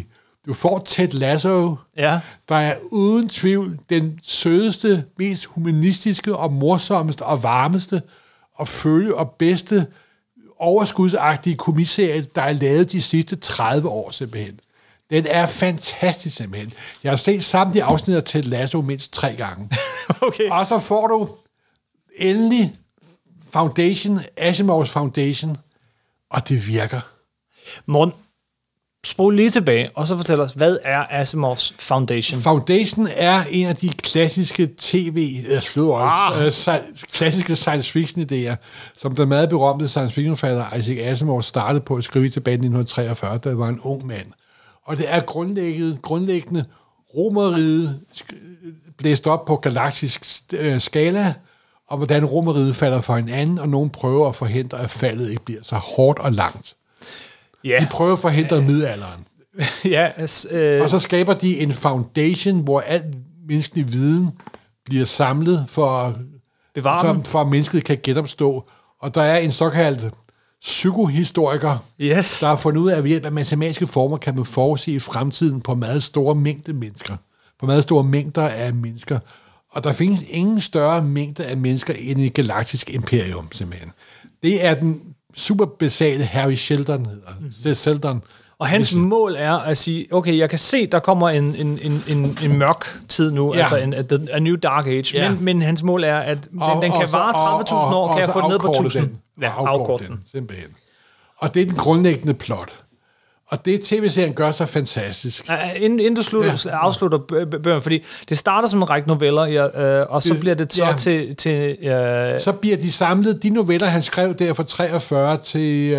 Du får Ted Lasso, ja. der er uden tvivl den sødeste, mest humanistiske og morsommeste og varmeste og følge og bedste overskudsagtige komiserie, der er lavet de sidste tredive år simpelthen. Den er fantastisk simpelthen. Jeg har set samtlige afsnit af Ted Lasso mindst tre gange. Okay. Og så får du endelig Foundation, Asimovs Foundation, og det virker. Morten, spol lige tilbage, og så fortæl os, hvad er Asimovs Foundation? Foundation er en af de klassiske tv, øh, slår, ah. øh, klassiske science fiction idéer, som den meget berømte science fiction forfatter Isaac Asimov startede på at skrive tilbage i nitten treogfyrre, da han var en ung mand. Og det er grundlæggende, grundlæggende Romerriget blæst op på galaktisk øh, skala, og hvordan Romerriget falder for hinanden, og nogen prøver at forhindre, at faldet ikke bliver så hårdt og langt. Ja. De prøver at forhindre uh, middelalderen. ja, as, øh... Og så skaber de en foundation, hvor al menneskelig viden bliver samlet, for, for, for at mennesket kan genopstå. Og der er en såkaldt psykohistoriker, yes. der har fundet ud af, at ved hjælp af matematiske former kan man forudse fremtiden på meget store mængder mennesker. På meget store mængder af mennesker. Og der findes ingen større mængde af mennesker end et galaktisk imperium, simpelthen. Det er den super basale Harry Sheldon, hedder mm. Sheldon. Og hans mål er at sige, okay, jeg kan se, der kommer en, en, en, en, en mørk tid nu, ja. altså en a, a new dark age, ja. men, men hans mål er, at og, den, den kan så, vare tredive tusind år, og, kan jeg få den ned på tusind. Den. Ja, afkorte den, simpelthen. Og det er den grundlæggende plot. Og det tv-serien gør så fantastisk. Uh, inden, inden du slutter, ja. afslutter bøgerne, fordi det starter som en række noveller, ja, uh, og så det, bliver det så ja. til... til uh... Så bliver de samlet, de noveller, han skrev der fra treogfyrre til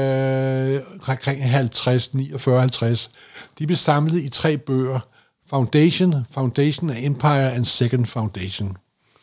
uh, halvtreds, niogfyrre, halvtreds, de blev samlet i tre bøger. Foundation, Foundation of Empire and Second Foundation.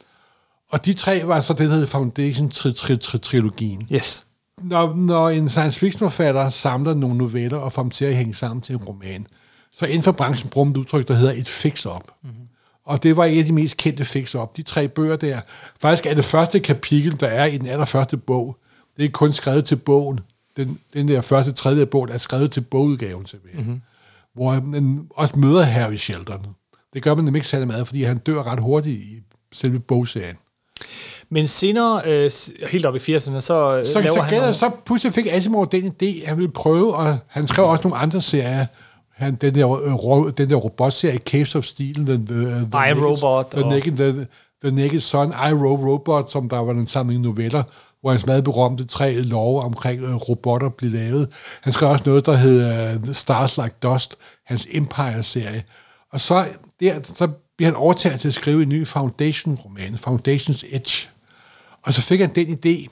Og de tre var så det, der hed Foundation-trilogien. Yes. Når, når en science fiction-forfatter samler nogle noveller og får dem til at hænge sammen til en roman, så inden for branchen bruger man et udtryk, der hedder et fix-up. Mm-hmm. Og det var et af de mest kendte fix-up. De tre bøger der. Faktisk er det første kapitel, der er i den allerførste bog. Det er kun skrevet til bogen. Den, den der første, tredje bog, der er skrevet til bogudgaven tilbage. Mm-hmm. Hvor man også møder Harry Sheldon. Det gør man nemlig ikke særlig meget, fordi han dør ret hurtigt i selve bogserien. Men senere, øh, helt op i firserne, så, så laver så han... Nogle... Så pludselig fik Asimov den idé, han ville prøve, og han skrev også nogle andre serier. Han, den, der, øh, den der robotserie, Caves of Steel, the, the, the, I, Robot. The, og... naked, the, the Naked Sun, I, Robot, som der var en samling noveller, hvor hans meget berømte tre love omkring øh, robotter blev lavet. Han skrev også noget, der hed uh, Stars Like Dust, hans Empire-serie. Og så, der, så bliver han overtaget til at skrive en ny Foundation-roman, Foundation's Edge. Og så fik han den idé,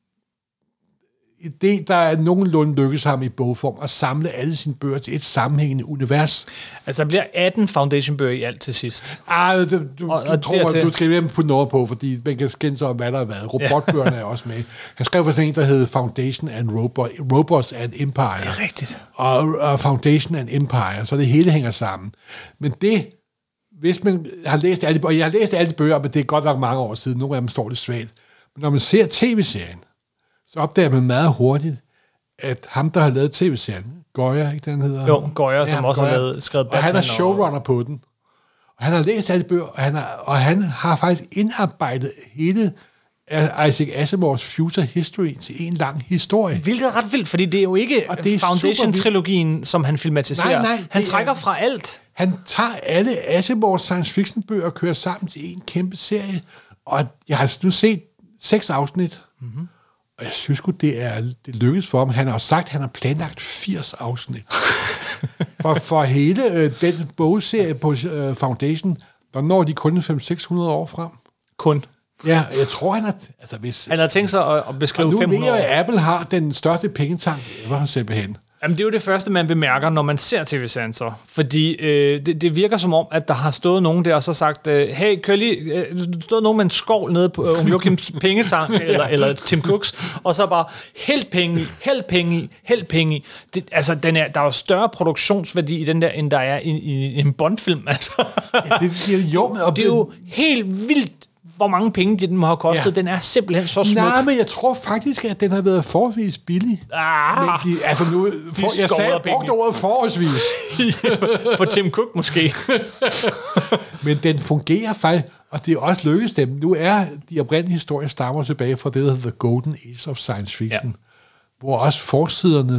idé, der er nogenlunde lykkes ham i bogform, at samle alle sine bøger til et sammenhængende univers. Altså, der bliver atten Foundation-bøger i alt til sidst. Ah, du, du, og, og du tror, dertil... du skal lige putte noget på, fordi man kan skænde sig om, hvad der har været. Robotbøgerne er også med. Han skrev for sådan en, der hed Foundation and Robot, Robots and Empire. Det er rigtigt. Og, og Foundation and Empire, så det hele hænger sammen. Men det... Hvis man har læst alle de bøger, jeg har læst alle de bøger, men det er godt nok mange år siden, nogle af dem står lidt svagt. Men når man ser tv-serien, så opdager man meget hurtigt, at ham, der har lavet tv-serien, Goyer, ikke den hedder? Jo, Goyer, ja, som også Goyer, har lavet, skrevet Batman. Og han er showrunner og... på den. Og han har læst alle de bøger, og han, har, og han har faktisk indarbejdet hele Isaac Asimovs Future History til en lang historie. Hvilket er ret vildt, fordi det er jo ikke Foundation-trilogien, som han filmatiserer. Nej, nej, han trækker er, fra alt. Han tager alle Asimovs science fiction-bøger og kører sammen til en kæmpe serie. Og jeg har nu set seks afsnit, mm-hmm. og jeg synes godt det er det lykkedes for ham. Han har jo sagt, at han har planlagt firs afsnit. for, for hele øh, den bogserie på øh, Foundation, der når de kun fem til seks hundrede år frem. Kun. Ja, jeg tror, han har... Altså, hvis, han har tænkt sig at, at beskrive fem hundrede år. Og nu ved jeg, at Apple har den største pengetank, hvor han simpelthen. Jamen, det er jo det første, man bemærker, når man ser tv-serien så. Fordi øh, det, det virker som om, at der har stået nogen der og så sagt, øh, hey, kør lige... Øh, der stod nogen med en skål nede på øh, Joachims pengetank, eller, eller Tim Cooks, og så bare, held penge i, held penge i, held penge i. Det, altså, den er, der er jo større produktionsværdi i den der, end der er i, i, i en Bond-film, altså. Ja, det, det, jo, men, det er jo helt vildt hvor mange penge den må have kostet. Ja. Den er simpelthen så smuk. Nej, men jeg tror faktisk, at den har været forholdsvis billig. Ah, men de, altså nu, for, jeg sagde, jeg brugte ordet forholdsvis. For Tim Cook måske. Men den fungerer faktisk, og det er også lykkedes dem. Nu er de oprindelige historier stammer tilbage fra det, der hedder The Golden Age of Science Fiction, ja. Hvor også forsiderne,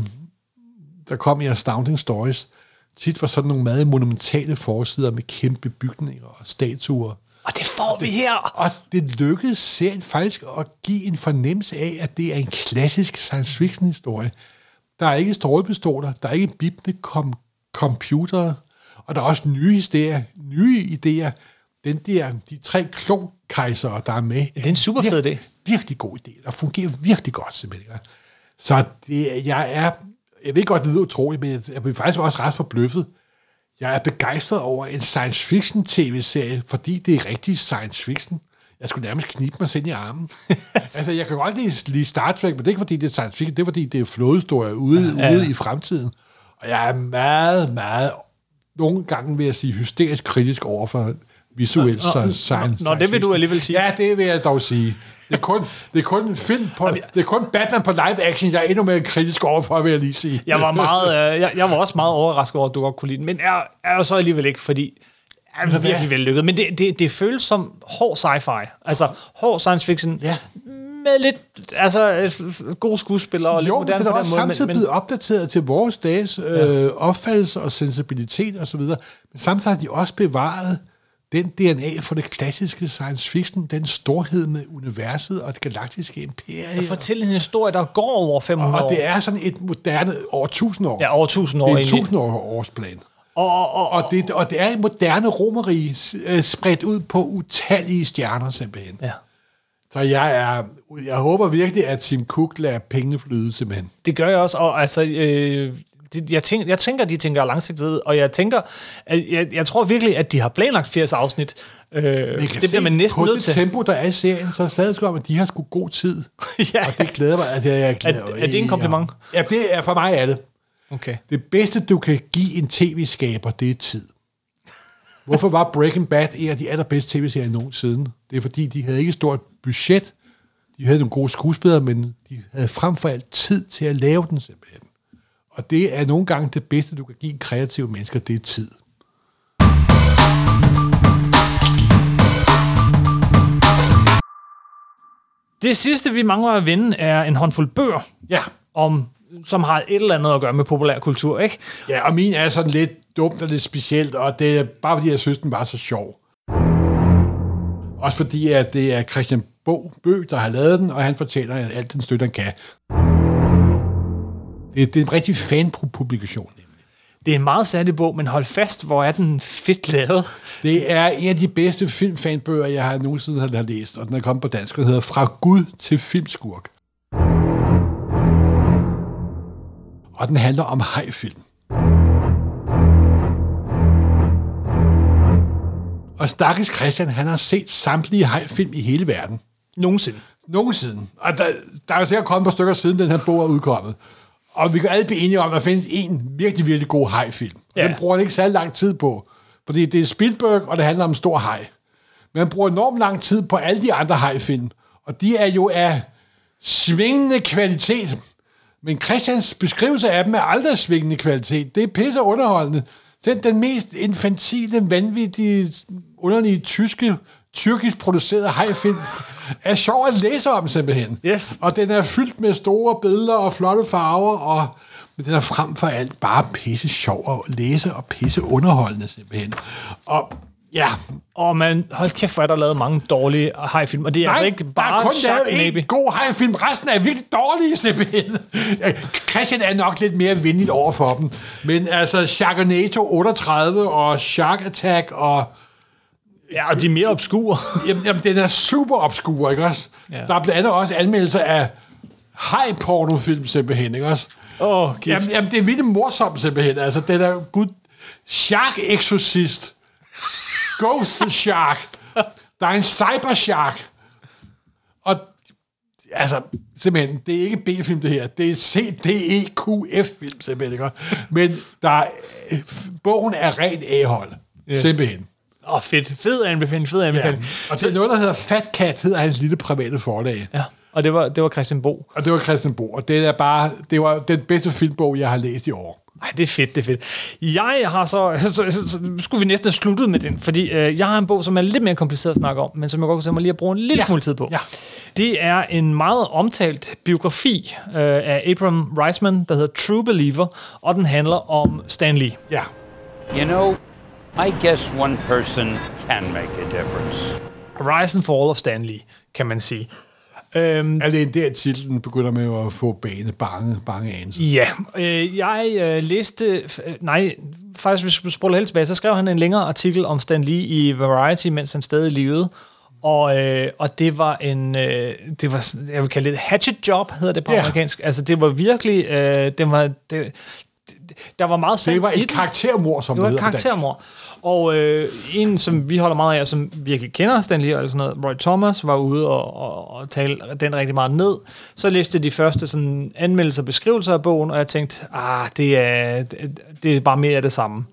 der kom i Astounding Stories, tit var sådan nogle meget monumentale forsider med kæmpe bygninger og statuer. Og det får vi her! Og det lykkedes serien faktisk at give en fornemmelse af, at det er en klassisk science fiction-historie. Der er ikke strålepistoler, der er ikke bibende kom- computere, og der er også nye idéer, nye idéer. Den der, de tre klonkejsere, der er med. Ja, det er en super fed idé. Virkelig god idé, der fungerer virkelig godt, simpelthen. Så det, jeg er, jeg ved godt, det lyder utroligt, men jeg bliver faktisk også ret forbløffet. Jeg er begejstret over en science fiction tv-serie, fordi det er rigtig science fiction. Jeg skulle nærmest knibe mig selv i armen. Altså, jeg kan godt lide, lide Star Trek, men det er ikke fordi, det er science fiction, det er fordi, det er flådehistorier ude, ja, ja. ude i fremtiden. Og jeg er meget, meget, nogle gange vil jeg sige, hysterisk kritisk over for visuelt science. Nå, det vil du alligevel sige. Ja, det vil jeg dog sige. Det er kun, det er kun en film på, det er kun Batman på live action, jeg er endnu mere kritisk overfor, vil jeg lige sige. Jeg var meget, øh, jeg, jeg var også meget overrasket over, at du godt kunne lide den, men er, er jo så alligevel ikke, fordi er det virkelig vellykket. Men det, det, det føles som hård sci-fi, altså hård science fiction, ja. Med lidt, altså gode skuespillere og lidt jo, moderne det er på den også måde. samtidig men, blevet opdateret til vores dages øh, ja. opfattelse og sensibilitet og så videre. Men samtidig har de også bevaret den D N A for det klassiske science fiction, den storhed med universet og det galaktiske imperie. Fortæl en historie, der går over fem hundrede år. Og det er sådan et moderne, over tusind år. Ja, over tusind år. Det er en tusind år årsplan. Og, og, og, og, det, og det er en moderne romerige spredt ud på utallige stjerner simpelthen. Ja. Så jeg er, jeg håber virkelig, at Tim Cook lader pengene flyde simpelthen. Det gør jeg også, og altså... Øh Jeg tænker, jeg tænker, de tænker langsigtet, og jeg tænker, at jeg, jeg tror virkelig, at de har planlagt firs afsnit. Øh, det bliver man næsten nødt til. På det tempo, der er i serien, så sad jeg sgu om, at de har sgu god tid. Ja. Og det glæder mig. At jeg, jeg glæder, er, er det en kompliment? Ja, det er for mig er det. Okay. Det bedste, du kan give en tv-skaber, det er tid. Hvorfor var Breaking Bad en af de allerbedste tv-serier nogensinde? Det er fordi, de havde ikke et stort budget. De havde nogle gode skuespillere, men de havde frem for alt tid til at lave den simpelthen. Og det er nogle gange det bedste, du kan give kreative mennesker, det er tid. Det sidste, vi mangler at vinde, er en håndfuld bøger, ja. om, som har et eller andet at gøre med populærkultur, ikke? Ja, og min er sådan lidt dumt og lidt specielt, og det er bare fordi, jeg synes, den var så sjov. Også fordi, at det er Christian Bo Bø, der har lavet den, og han fortæller, at alt den støtte, han kan. Det, det er en rigtig fan-publikation. Det er en meget særlig bog, men hold fast, hvor er den fedt lavet. Det er en af de bedste filmfanbøger, jeg har nogensinde har læst, og den er kommet på dansk, og den hedder Fra Gud til filmskurk. Og den handler om hajfilm. Og stakkels Christian, han har set samtlige hajfilm i hele verden. Nogensinde. Nogensinde. Og der, der er jo sikkert kommet på stykker siden, den her bog er udkommet. Og vi kan alle blive enige om, at der findes en virkelig, virkelig god hajfilm. Ja. Den bruger han ikke særlig lang tid på. Fordi det er Spielberg, og det handler om en stor haj. Men han bruger enormt lang tid på alle de andre hajfilm. Og de er jo af svingende kvalitet. Men Christians beskrivelse af dem er aldrig svingende kvalitet. Det er pisse underholdende. Den, den mest infantile, vanvittige, underlige, tyske, tyrkisk producerede hajfilm er sjov at læse om simpelthen. Yes. Og den er fyldt med store billeder og flotte farver, og men den er frem for alt bare pisse sjov at læse og pisse underholdende simpelthen. Og ja. Og man, hold kæft, hvor er der lavet mange dårlige hajfilm, og det er Nej, altså ikke bare der er kun lavet en god hajfilm, resten er virkelig dårlige simpelthen. Christian er nok lidt mere venlig over for dem, men altså Sharknado otteogtredive og Shark Attack og ja, og de er mere obskure. Jamen, jamen, den er super obskur, ikke også? Ja. Der er blandt andet også anmeldelser af haj-pornofilm, simpelthen, ikke også? Åh, oh, jamen, jamen, det er vildt morsomt, simpelthen. Altså, den er gud... Shark Exorcist. Ghost Shark. Der er en Cyber Shark. Og, altså, simpelthen, det er ikke B-film, det her. Det er C D E Q F-film, simpelthen, ikke også? Men der er, bogen er rent A-hold. Yes. Simpelthen. Åh, oh, fedt. Fed anbefaling, fed anbefaling. Ja. Og til noget, der hedder Fat Cat, hedder hans lille private forlag. Ja, og det var, det var Christian Bo. Og det var Christian Bo, og det er bare, det var den bedste filmbog, jeg har læst i år. Nej, det er fedt, det er fedt. Jeg har så, så, så, så, så skulle vi næsten have sluttet med den, fordi øh, jeg har en bog, som er lidt mere kompliceret at snakke om, men som jeg godt kunne tænke mig lige at bruge en lille ja. smule tid på. Ja. Det er en meget omtalt biografi øh, af Abram Reisman, der hedder True Believer, og den handler om Stan Lee. Ja. You know, I guess one person can make a difference. Rise and Fall of Stan Lee, kan man sige. Øhm, er det en der titlen begynder med at få bane bange, bange anelser? Ja, øh, jeg øh, læste... Øh, nej, faktisk hvis vi spoler helt tilbage, så skrev han en længere artikel om Stan Lee i Variety, mens han stadig levede. Og, øh, og det var en... Øh, det var, jeg vil kalde det et hatchet job, hedder det på yeah. amerikansk. Altså, det var virkelig... Øh, det var... Det, der var meget det var et karaktermord, som det, det var et karaktermord. Og øh, en, som vi holder meget af, som virkelig kender Stan Lee, eller sådan noget, Roy Thomas, var ude og, og, og tale den rigtig meget ned. Så læste de første sådan, anmeldelser og beskrivelser af bogen, og jeg tænkte, ah, det er, det er bare mere af det samme.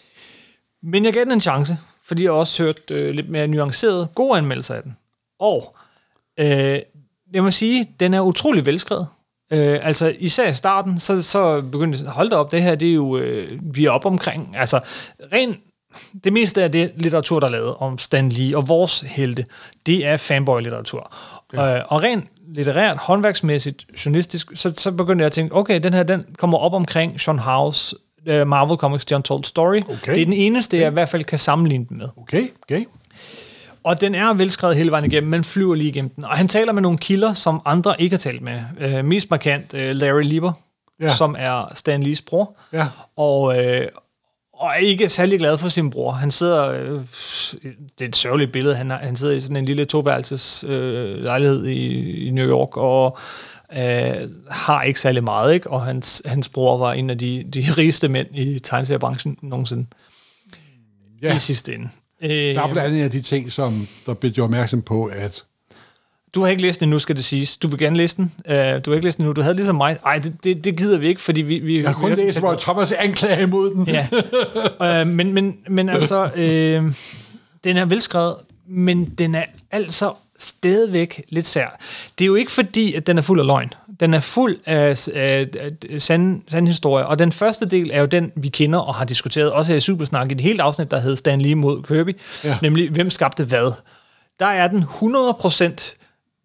Men jeg gav den en chance, fordi jeg også hørt øh, lidt mere nuanceret, gode anmeldelser af den. Og øh, jeg må sige, den er utrolig velskrevet. Øh, altså især i starten, så, så begyndte jeg at holde det op, det her, det er jo, øh, vi er op omkring, altså ren, det meste af det litteratur, der er lavet om Stan Lee og vores helte, det er fanboy-litteratur. Ja. Øh, og rent litterært, håndværksmæssigt, journalistisk, så, så begyndte jeg at tænke, okay, den her, den kommer op omkring Sean Howe's uh, Marvel Comics The Untold Story. Okay. Det er den eneste, okay. jeg i hvert fald kan sammenligne den med. Okay, okay. Og den er velskrevet hele vejen igennem, men flyver lige igennem den. Og han taler med nogle kilder, som andre ikke har talt med. Øh, mest markant øh, Larry Lieber, ja. som er Stan Lees bror. Ja. Og, øh, og er ikke særlig glad for sin bror. Han sidder... Øh, det er et sørgeligt billede. Han, han sidder i sådan en lille toværelses øh, lejlighed i, i New York, og øh, har ikke særlig meget, ikke? Og hans, hans bror var en af de, de rigeste mænd i tegneseriebranchen nogensinde. Ja. I sidste ende. Der er blandt andet af de ting, som der blev gjort opmærksom på, at... Du har ikke læst den endnu, skal det siges. Du vil gerne læse den. Uh, du har ikke læst den endnu. Du havde ligesom mig. Ej, det, det, det gider vi ikke, fordi vi... vi jeg har kun vi læst, hvor Thomas anklager imod den. Ja. uh, men, men, men altså, øh, den er velskrevet, men den er altså stadigvæk lidt sær. Det er jo ikke fordi, at den er fuld af løgn. Den er fuld af, af, af sand, sand historie, og den første del er jo den, vi kender og har diskuteret, også her i Supersnak, i et helt afsnit, der hed Stan Lee mod Kirby, ja. nemlig, hvem skabte hvad? Der er den hundrede procent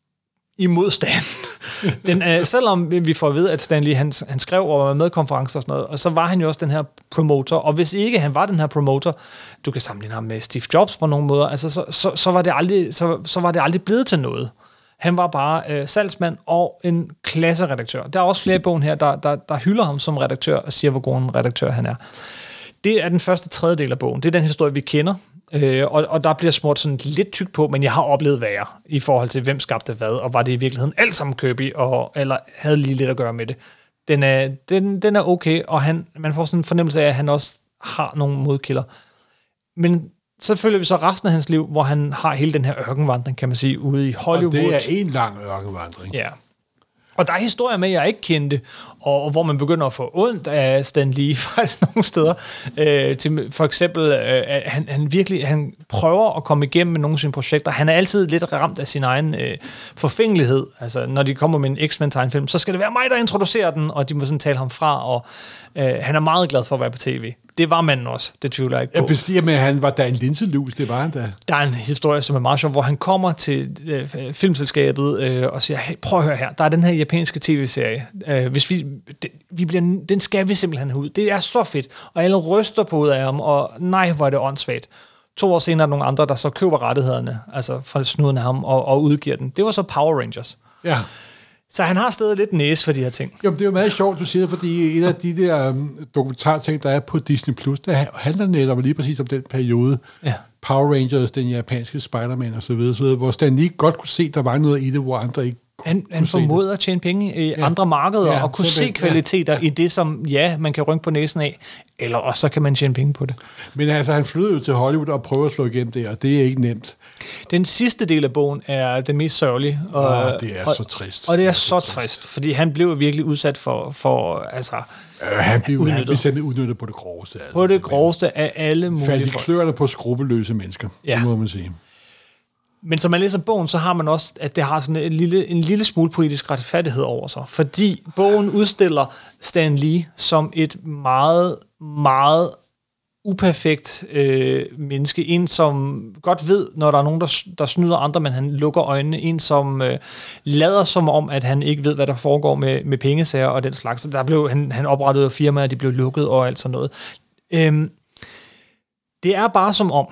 imod Stan. Den er, selvom vi får at vide, at Stan Lee, han, han skrev og var med i konferencer og sådan noget, og så var han jo også den her promoter, og hvis ikke han var den her promoter, du kan sammenligne ham med Steve Jobs på nogle måder, altså, så, så, så, var det aldrig, så, så var det aldrig blevet til noget. Han var bare øh, salgsmand og en klasseredaktør. Der er også flere i bogen her, der, der, der hylder ham som redaktør og siger, hvor god en redaktør han er. Det er den første tredjedel af bogen. Det er den historie, vi kender. Øh, og, og der bliver smurt sådan lidt tykt på, men jeg har oplevet værre i forhold til, hvem skabte hvad, og var det i virkeligheden alt sammen Kirby, og, eller havde lige lidt at gøre med det. Den er, den, den er okay, og han, man får sådan en fornemmelse af, at han også har nogle modkilder. Men så følger vi så resten af hans liv, hvor han har hele den her ørkenvandring, kan man sige, ude i Hollywood. Og det er en lang ørkenvandring. Ja. Og der er historier med, jeg ikke kendte, og, og hvor man begynder at få ondt af Stan Lee faktisk nogle steder. Øh, til, for eksempel, øh, han, han virkelig han prøver at komme igennem med nogle af sine projekter. Han er altid lidt ramt af sin egen øh, forfængelighed. Altså, når de kommer med en X-Men-tegnfilm, så skal det være mig, der introducerer den, og de må sådan tale ham fra, og øh, han er meget glad for at være på tv. Det var manden også, det tvivler jeg ikke på. Jeg bestiger med, at han var da en linselus, det var han da. Der er en historie, som er meget sjov, hvor han kommer til øh, filmselskabet øh, og siger, hey, prøv at høre her, der er den her japanske tv-serie. Øh, hvis vi, det, vi bliver, den skal vi simpelthen have ud. Det er så fedt, og alle ryster på ud af ham, og nej, hvor er det åndssvagt. To år senere er der nogle andre, der så køber rettighederne, altså fra snuden af ham, og, og udgiver den. Det var så Power Rangers. Ja. Så han har stadig lidt næse for de her ting. Jamen, det er jo meget sjovt, du siger, fordi en af de der um, dokumentarting, der er på Disney Plus, der handler netop lige præcis om den periode. Ja. Power Rangers, den japanske Spider-Man og så videre, så videre, hvor Stan Lee godt kunne se, der var noget i det, hvor andre ikke Han, han formåede at tjene penge i ja. andre markeder, ja, og kunne se kvaliteter ja. i det, som, ja, man kan rynke på næsen af, eller også så kan man tjene penge på det. Men altså, han flyttede jo til Hollywood og prøvede at slå igennem det, og det er ikke nemt. Den sidste del af bogen er det mest sørgelige. Og, ja, det er og, så trist. Og det er, det er så, så trist, trist, fordi han blev virkelig udsat for, for altså... Øh, han blev udnyttet. udnyttet på det groveste. Altså, på det groveste af alle mulige folk. Faldt i kløerne på skrupelløse mennesker, ja. Det må man sige. Men som man læser bogen, så har man også, at det har sådan en lille, en lille smule politisk retfærdighed over sig. Fordi bogen udstiller Stan Lee som et meget, meget uperfekt øh, menneske. En, som godt ved, når der er nogen, der, der snyder andre, men han lukker øjnene. En, som øh, lader som om, at han ikke ved, hvad der foregår med, med pengesager og den slags. Der blev, han, han oprettede firmaer, de blev lukket og alt sådan noget. Øhm, det er bare som om,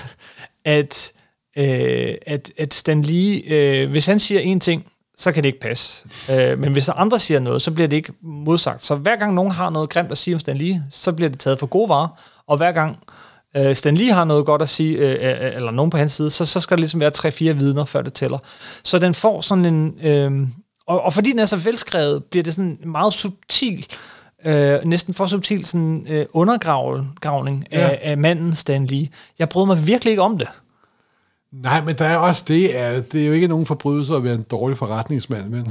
at Øh, at, at Stan Lee, øh, hvis han siger en ting, så kan det ikke passe. Øh, men hvis andre siger noget, så bliver det ikke modsagt. Så hver gang nogen har noget grimt at sige om Stan Lee, så bliver det taget for gode varer. Og hver gang øh, Stan Lee har noget godt at sige, øh, eller nogen på hans side, så, så skal det ligesom være tre-fire vidner, før det tæller. Så den får sådan en... Øh, og, og fordi den er så velskrevet, bliver det sådan meget subtil, øh, næsten for subtil sådan øh, undergravning ja. af, af manden Stan Lee. Jeg bryder mig virkelig ikke om det. Nej, men der er også det, at det er jo ikke nogen forbrydelse at være en dårlig forretningsmand, men...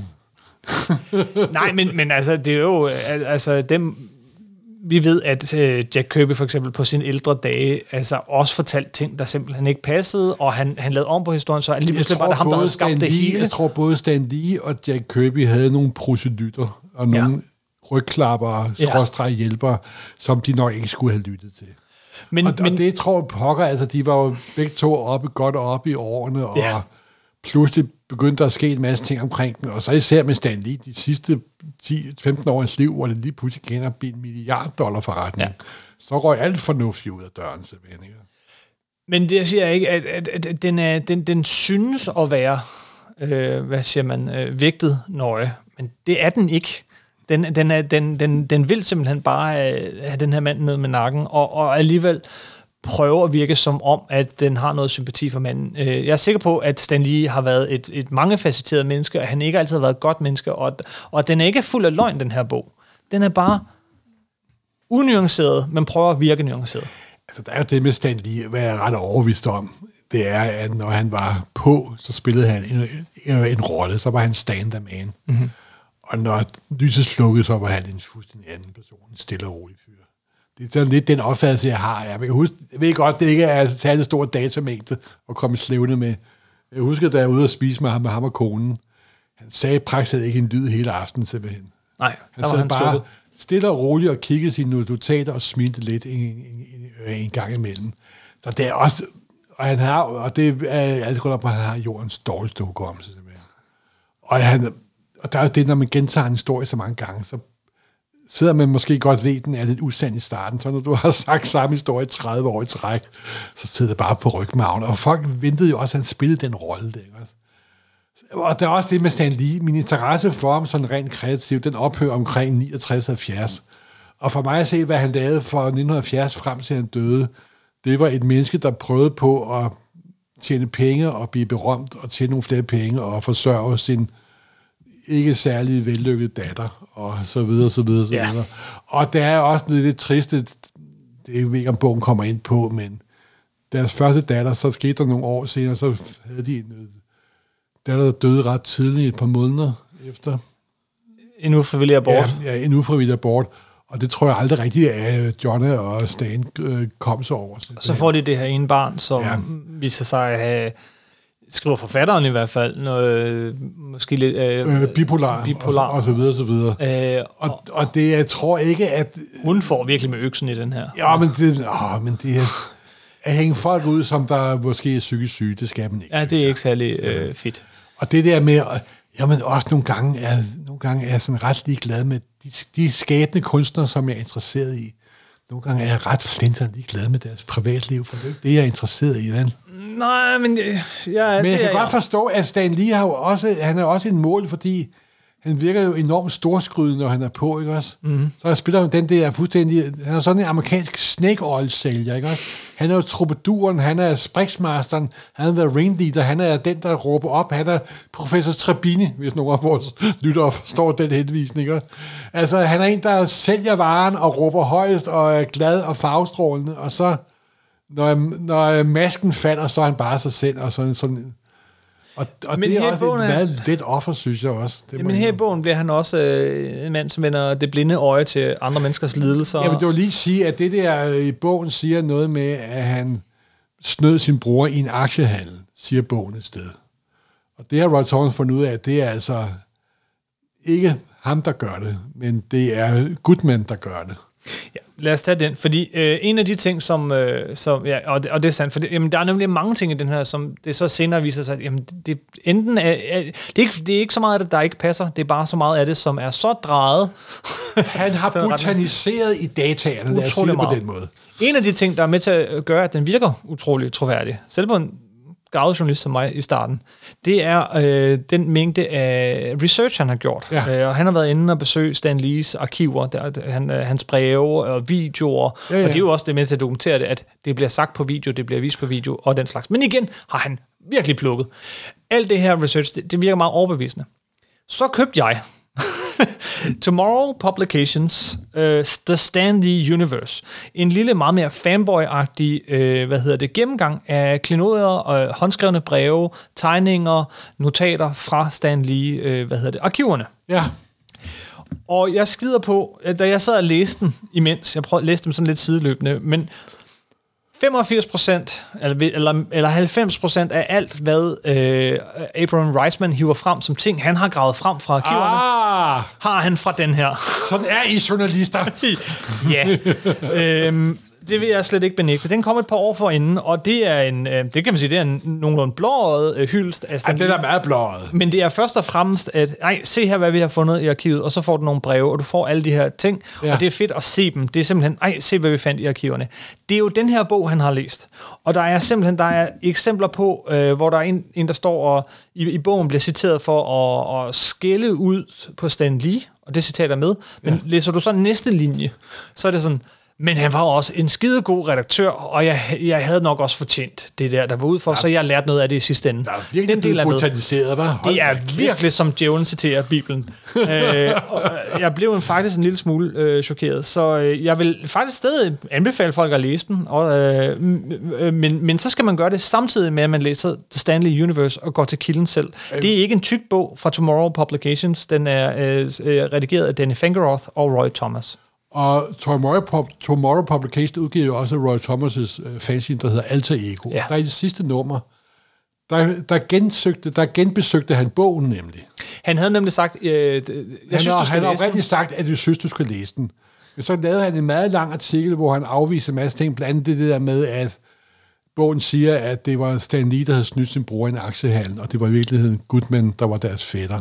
Nej, men, men altså, det er jo... Altså, dem, vi ved, at uh, Jack Kirby for eksempel på sine ældre dage altså også fortalte ting, der simpelthen ikke passede, og han, han lavede om på historien, så lige pludselig var det ham, der havde skabt det hele. Jeg tror, både Stan Lee og Jack Kirby havde nogle procedurer, og nogle ja. rygklappere, skråstreg hjælpere, som de nok ikke skulle have lyttet til. Men, og, men, og det tror jeg pokker, altså de var jo begge to oppe, godt oppe i årene, og ja. pludselig begyndte der at ske en masse ting omkring dem, og så især med Stan Lee, de sidste ti til femten år af hans liv, hvor det lige pludselig kan at blive en milliard dollar forretning. Ja. Så røg alt fornuftigt ud af døren, simpelthen. Men det jeg siger ikke, at, at, at den, er, den, den synes at være, øh, hvad siger man, øh, vægtet nøje, men det er den ikke. Den, den, er, den, den, den vil simpelthen bare have den her mand ned med nakken, og, og alligevel prøve at virke som om, at den har noget sympati for manden. Jeg er sikker på, at Stan Lee har været et, et mangefacetteret menneske, og han ikke altid har været et godt menneske, og, og den er ikke fuld af løgn, den her bog. Den er bare unuanceret, men prøver at virke nuanceret. Altså, der er jo det med Stan Lee, hvad jeg er ret overbevist om. Det er, at når han var på, så spillede han en, en, en rolle, så var han stand-man. Mm-hmm. Og når lyset slukkede, så var han en fuldstændig anden person, en stille og rolig fyr. Det er sådan lidt den opfattelse, jeg har. Jeg, huske, jeg ved godt, det ikke er særlig stor datamængde at komme slævende med. Jeg husker, da jeg var ude og spise med ham, med ham og konen. Han sagde praktisk ikke en lyd hele aftenen, simpelthen. Nej, han sad han bare slukket. Stille og roligt og kiggede sine notater og smilte lidt en, en, en, en gang imellem. Så det er også... Og, han har, og det er altid godt op, at han har jordens dårligste hukommelse, simpelthen. Og han... Og der er jo det, når man gentager en historie så mange gange, så sidder man måske godt ved, at den er lidt usand i starten. Så når du har sagt samme historie tredive år i træk, så sidder det bare på rygmagen. Og folk ventede jo også, at han spillede den rolle. Der, også. Og der er også det med Stan Lee. Min interesse for ham, sådan rent kreativt, den ophører omkring niogtres halvfjerds. Og for mig at se, hvad han lavede fra nitten halvfjerds frem til han døde, det var et menneske, der prøvede på at tjene penge og blive berømt og tjene nogle flere penge og forsørge sin ikke særlig vellykket datter, og så videre, så videre, så videre. Ja. Og der er også lidt, lidt triste, det er jo ikke, om bogen kommer ind på, men deres første datter, så skete der nogle år senere, så havde de en datter, der døde ret tidligt, et par måneder efter. En ufrivillig abort. Ja, ja, en ufrivillig abort. Og det tror jeg aldrig rigtigt, at Johnny og Stan øh, kom så over. Så, så får de det her ene barn, som ja. viser sig at have... Skriver forfatteren i hvert fald, noget, måske lidt... Øh, øh, bipolar, bipolar. Og, og så videre, så videre. Øh, og, og, og det, jeg tror ikke, at... Hun får virkelig med øksen i den her. Ja, men det, åh, men det er... At hænge folk ud, som der måske er psykisk syge, det skal man ikke. Ja, det er ikke særlig øh, fedt. Og det der med... Jamen også nogle gange er, nogle gange er jeg sådan ret ligeglad med de, de skabende kunstnere, som jeg er interesseret i. Nogle gange er jeg ret flinterlig glad med deres privatliv, for det er ikke det, jeg er interesseret i, vel? Nej, men... Ja, men jeg kan godt jeg. forstå, at Stan Lee har jo også, han er også en mål, fordi han virker jo enormt storskrydende, når han er på, ikke også? Mm-hmm. Så jeg spiller jo den der fuldstændig... Han er sådan en amerikansk snake oil sælger, ikke også? Han er jo troubaduren, han er spriksmasteren, han er the ringleader, han er den, der råber op, han er professor Trebini, hvis nogen af vores lyttere forstår den henvisning, ikke? Altså, han er en, der sælger varen og råber højst og er glad og farvestrålende, og så, når, når masken falder, så er han bare sig selv, og sådan sådan... Og, og det er også et meget let offer, synes jeg også. Det men her i bogen bliver han også øh, en mand, som vender det blinde øje til andre menneskers lidelser. Jeg vil jo lige sige, at det der i bogen siger noget med, at han snød sin bror i en aktiehandel, siger bogen et sted. Og det har Roy Thomas fundet ud af, at det er altså ikke ham, der gør det, men det er Goodman, der gør det. Ja, lad os tage den, fordi øh, en af de ting, som, øh, som ja, og, det, og det er sandt, for det, jamen, der er nemlig mange ting i den her, som det så senere viser sig, at jamen, det, det, enten er, er, det, er ikke, det er ikke så meget af det, der ikke passer, det er bare så meget af det, som er så drejet. Han har botaniseret i dataerne, lad os sige det på den måde. En af de ting, der er med til at gøre, at den virker utrolig troværdig, selv på en gavet journalist som mig i starten, det er øh, den mængde af research, han har gjort. Ja. Øh, og han har været inde og besøge Stan Lees arkiver, der, han, øh, hans breve og videoer, ja, ja. Og det er jo også det med til at dokumentere det, at det bliver sagt på video, det bliver vist på video og den slags. Men igen har han virkelig plukket. Alt det her research, det, det virker meget overbevisende. Så købte jeg Tomorrow Publications uh, The Stan Lee Universe. En lille, meget mere fanboy-agtig uh, hvad hedder det, gennemgang af klenodier og håndskrevne breve, tegninger, notater fra Stan Lee, uh, hvad hedder det, arkiverne. Ja. Og jeg skider på, da jeg sad og læste den imens, jeg prøvede at læse dem sådan lidt sideløbende, men femogfirs procent eller, eller, eller halvfems procent af alt, hvad øh, Abraham Reisman hiver frem som ting, han har gravet frem fra arkiverne, ah, har han fra den her. Sådan er I journalister. Ja. øhm, det vil jeg slet ikke benægte. Den kom et par år forinden, og det er en, øh, det kan man sige, det er en nogenlunde blåret øh, hyldest af Stan Lee. Ja, det er meget blåret. Men det er først og fremmest, at ej, se her, hvad vi har fundet i arkivet, og så får du nogle breve, og du får alle de her ting, ja. Og det er fedt at se dem. Det er simpelthen, ej, se hvad vi fandt i arkiverne. Det er jo den her bog, han har læst. Og der er simpelthen, der er eksempler på, øh, hvor der er en, en der står og i, i bogen bliver citeret for at, at skælde ud på Stan Lee, og det citerer med. Men ja. Læser du så næste linje, så er det sådan, men han var også en skidegod redaktør, og jeg, jeg havde nok også fortjent det der, der var ud for, ja. Så jeg lærte noget af det i sidste ende. Der er virkelig blevet botaniseret, hva'? Det er virkelig, som djævlen citerer Bibelen. øh, og jeg blev faktisk en lille smule øh, chokeret, så øh, jeg vil faktisk stadig anbefale folk at læse den, og, øh, men, men så skal man gøre det samtidig med, at man læser The Stan Lee Universe og går til kilden selv. Øh. Det er ikke en tyk bog fra Tomorrow Publications, den er øh, redigeret af Danny Fingeroth og Roy Thomas. Og Tomorrow, Tomorrow Publication udgiver jo også Roy Thomas' øh, fanzine, der hedder Alter Ego. Ja. Der er i det sidste nummer, der, der, gensøgte, der genbesøgte han bogen nemlig. Han havde nemlig sagt, øh, jeg han synes, har, du skal han har læse rigtig sagt, at du synes, du skal læse den. Så lavede han en meget lang artikel, hvor han afviser en masse ting, blandt andet det der med, at bogen siger, at det var Stan Lee, der havde snydt sin bror i en aktiehandel, og det var i virkeligheden Goodman, der var deres fætter.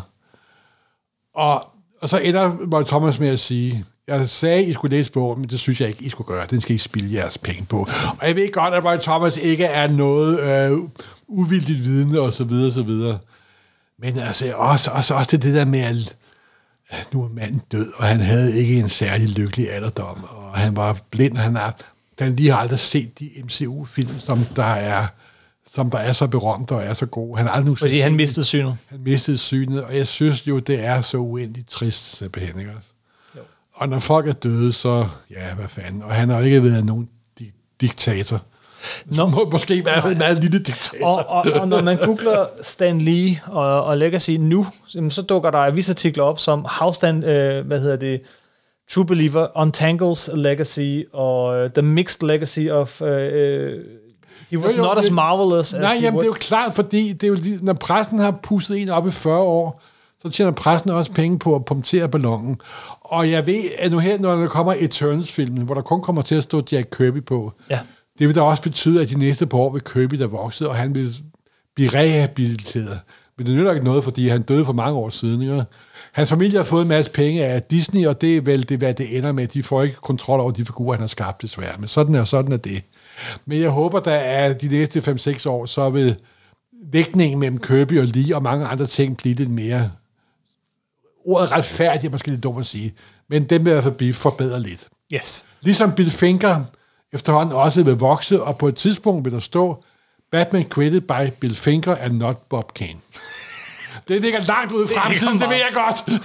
Og, og så ender Roy Thomas med at sige, jeg sagde, I skulle læse bogen, men det synes jeg ikke, I skulle gøre. Den skal I spilde jeres penge på. Og jeg ved godt, at Roy Thomas ikke er noget øh, uvildigt vidne, og så videre, så videre. Men altså, også, også, også det, det der med, at, at nu er manden død, og han havde ikke en særlig lykkelig alderdom, og han var blind, og han har, han lige har aldrig set de M C U-film, som der er, som der er så berømt og er så gode. Han har aldrig Fordi han mistede synet. Han mistede synet, og jeg synes jo, det er så uendeligt trist, simpelthen, også. Og når folk er døde, så, ja, hvad fanden. Og han har jo ikke været nogen di- diktator. Nå. Må, måske være en meget lille diktator. Og, og, og når man googler Stan Lee og, og Legacy nu, så dukker der avisartikler op som How Stan, øh, hvad hedder det, True Believer, Untangles Legacy, og uh, The Mixed Legacy of uh, uh, He was jo, jo, not as marvelous nej, as he jamen, would. det er jo klart, fordi det er jo, når pressen har pusset en op i fyrre år, så tjener pressen også penge på at punktere ballonen. Og jeg ved, at nu her, når der kommer Eternals-filmen, hvor der kun kommer til at stå Jack Kirby på, ja. Det vil da også betyde, at de næste par år vil Kirby der vokset, og han vil blive rehabiliteret. Men det nytter ikke noget, fordi han døde for mange år siden. Ikke? Hans familie har fået en masse penge af Disney, og det er vel det, hvad det ender med. De får ikke kontrol over de figurer, han har skabt, desværre. Men sådan er, sådan er det. Men jeg håber, der er de næste fem seks år, så vil vægtningen mellem Kirby og Lee og mange andre ting blive lidt mere ordet retfærdigt er måske lidt dumt at sige, men den vil i hvert fald blive forbedret lidt. Yes. Ligesom Bill Finger efterhånden også vil vokse, og på et tidspunkt vil der stå, Batman created by Bill Finger and not Bob Kane. Det ligger langt ud i fremtiden, det ved jeg godt.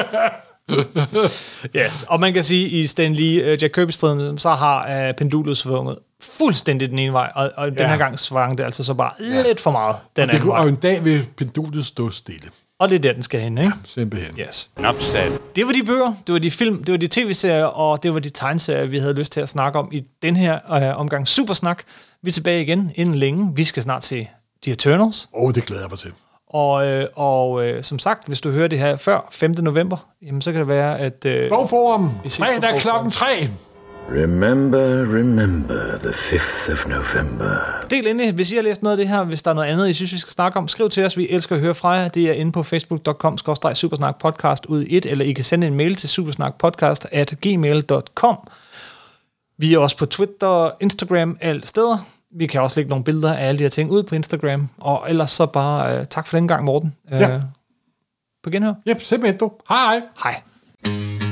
Yes, og man kan sige, i Stan Lee, uh, Jack Kirby-striden, så har uh, pendulet svunget fuldstændig den ene vej, og, og ja. den her gang svang det altså så bare ja. lidt for meget den og, anden vej. Og en dag vil pendulet stå stille. Og det er der, den skal hen, ikke? Ja, simpelthen. Yes. Enough said. Det var de bøger, det var de film, det var de tv-serier, og det var de tegneserier, vi havde lyst til at snakke om i den her uh, omgang Supersnak. Vi er tilbage igen inden længe. Vi skal snart se The Eternals. Åh, oh, det glæder jeg mig til. Og, øh, og øh, som sagt, hvis du hører det her før femte november, jamen, så kan det være, at... Øh, Bogforum! Fredag klokken tre! Remember, remember the fifth of November. Del endelig, hvis I har læst noget af det her, hvis der er noget andet, I synes, vi skal snakke om, skriv til os. Vi elsker at høre fra jer. Det er inde på facebook punktum com skråstreg supersnakpodcast ud i et, eller I kan sende en mail til supersnakpodcast at gmail punktum com. Vi er også på Twitter, Instagram, alle steder. Vi kan også lægge nogle billeder af alle de her ting ud på Instagram. Og ellers så bare uh, tak for den gang, Morten. Uh, ja. På genhør. Yep, simpelthen du. Hej hej. Hej.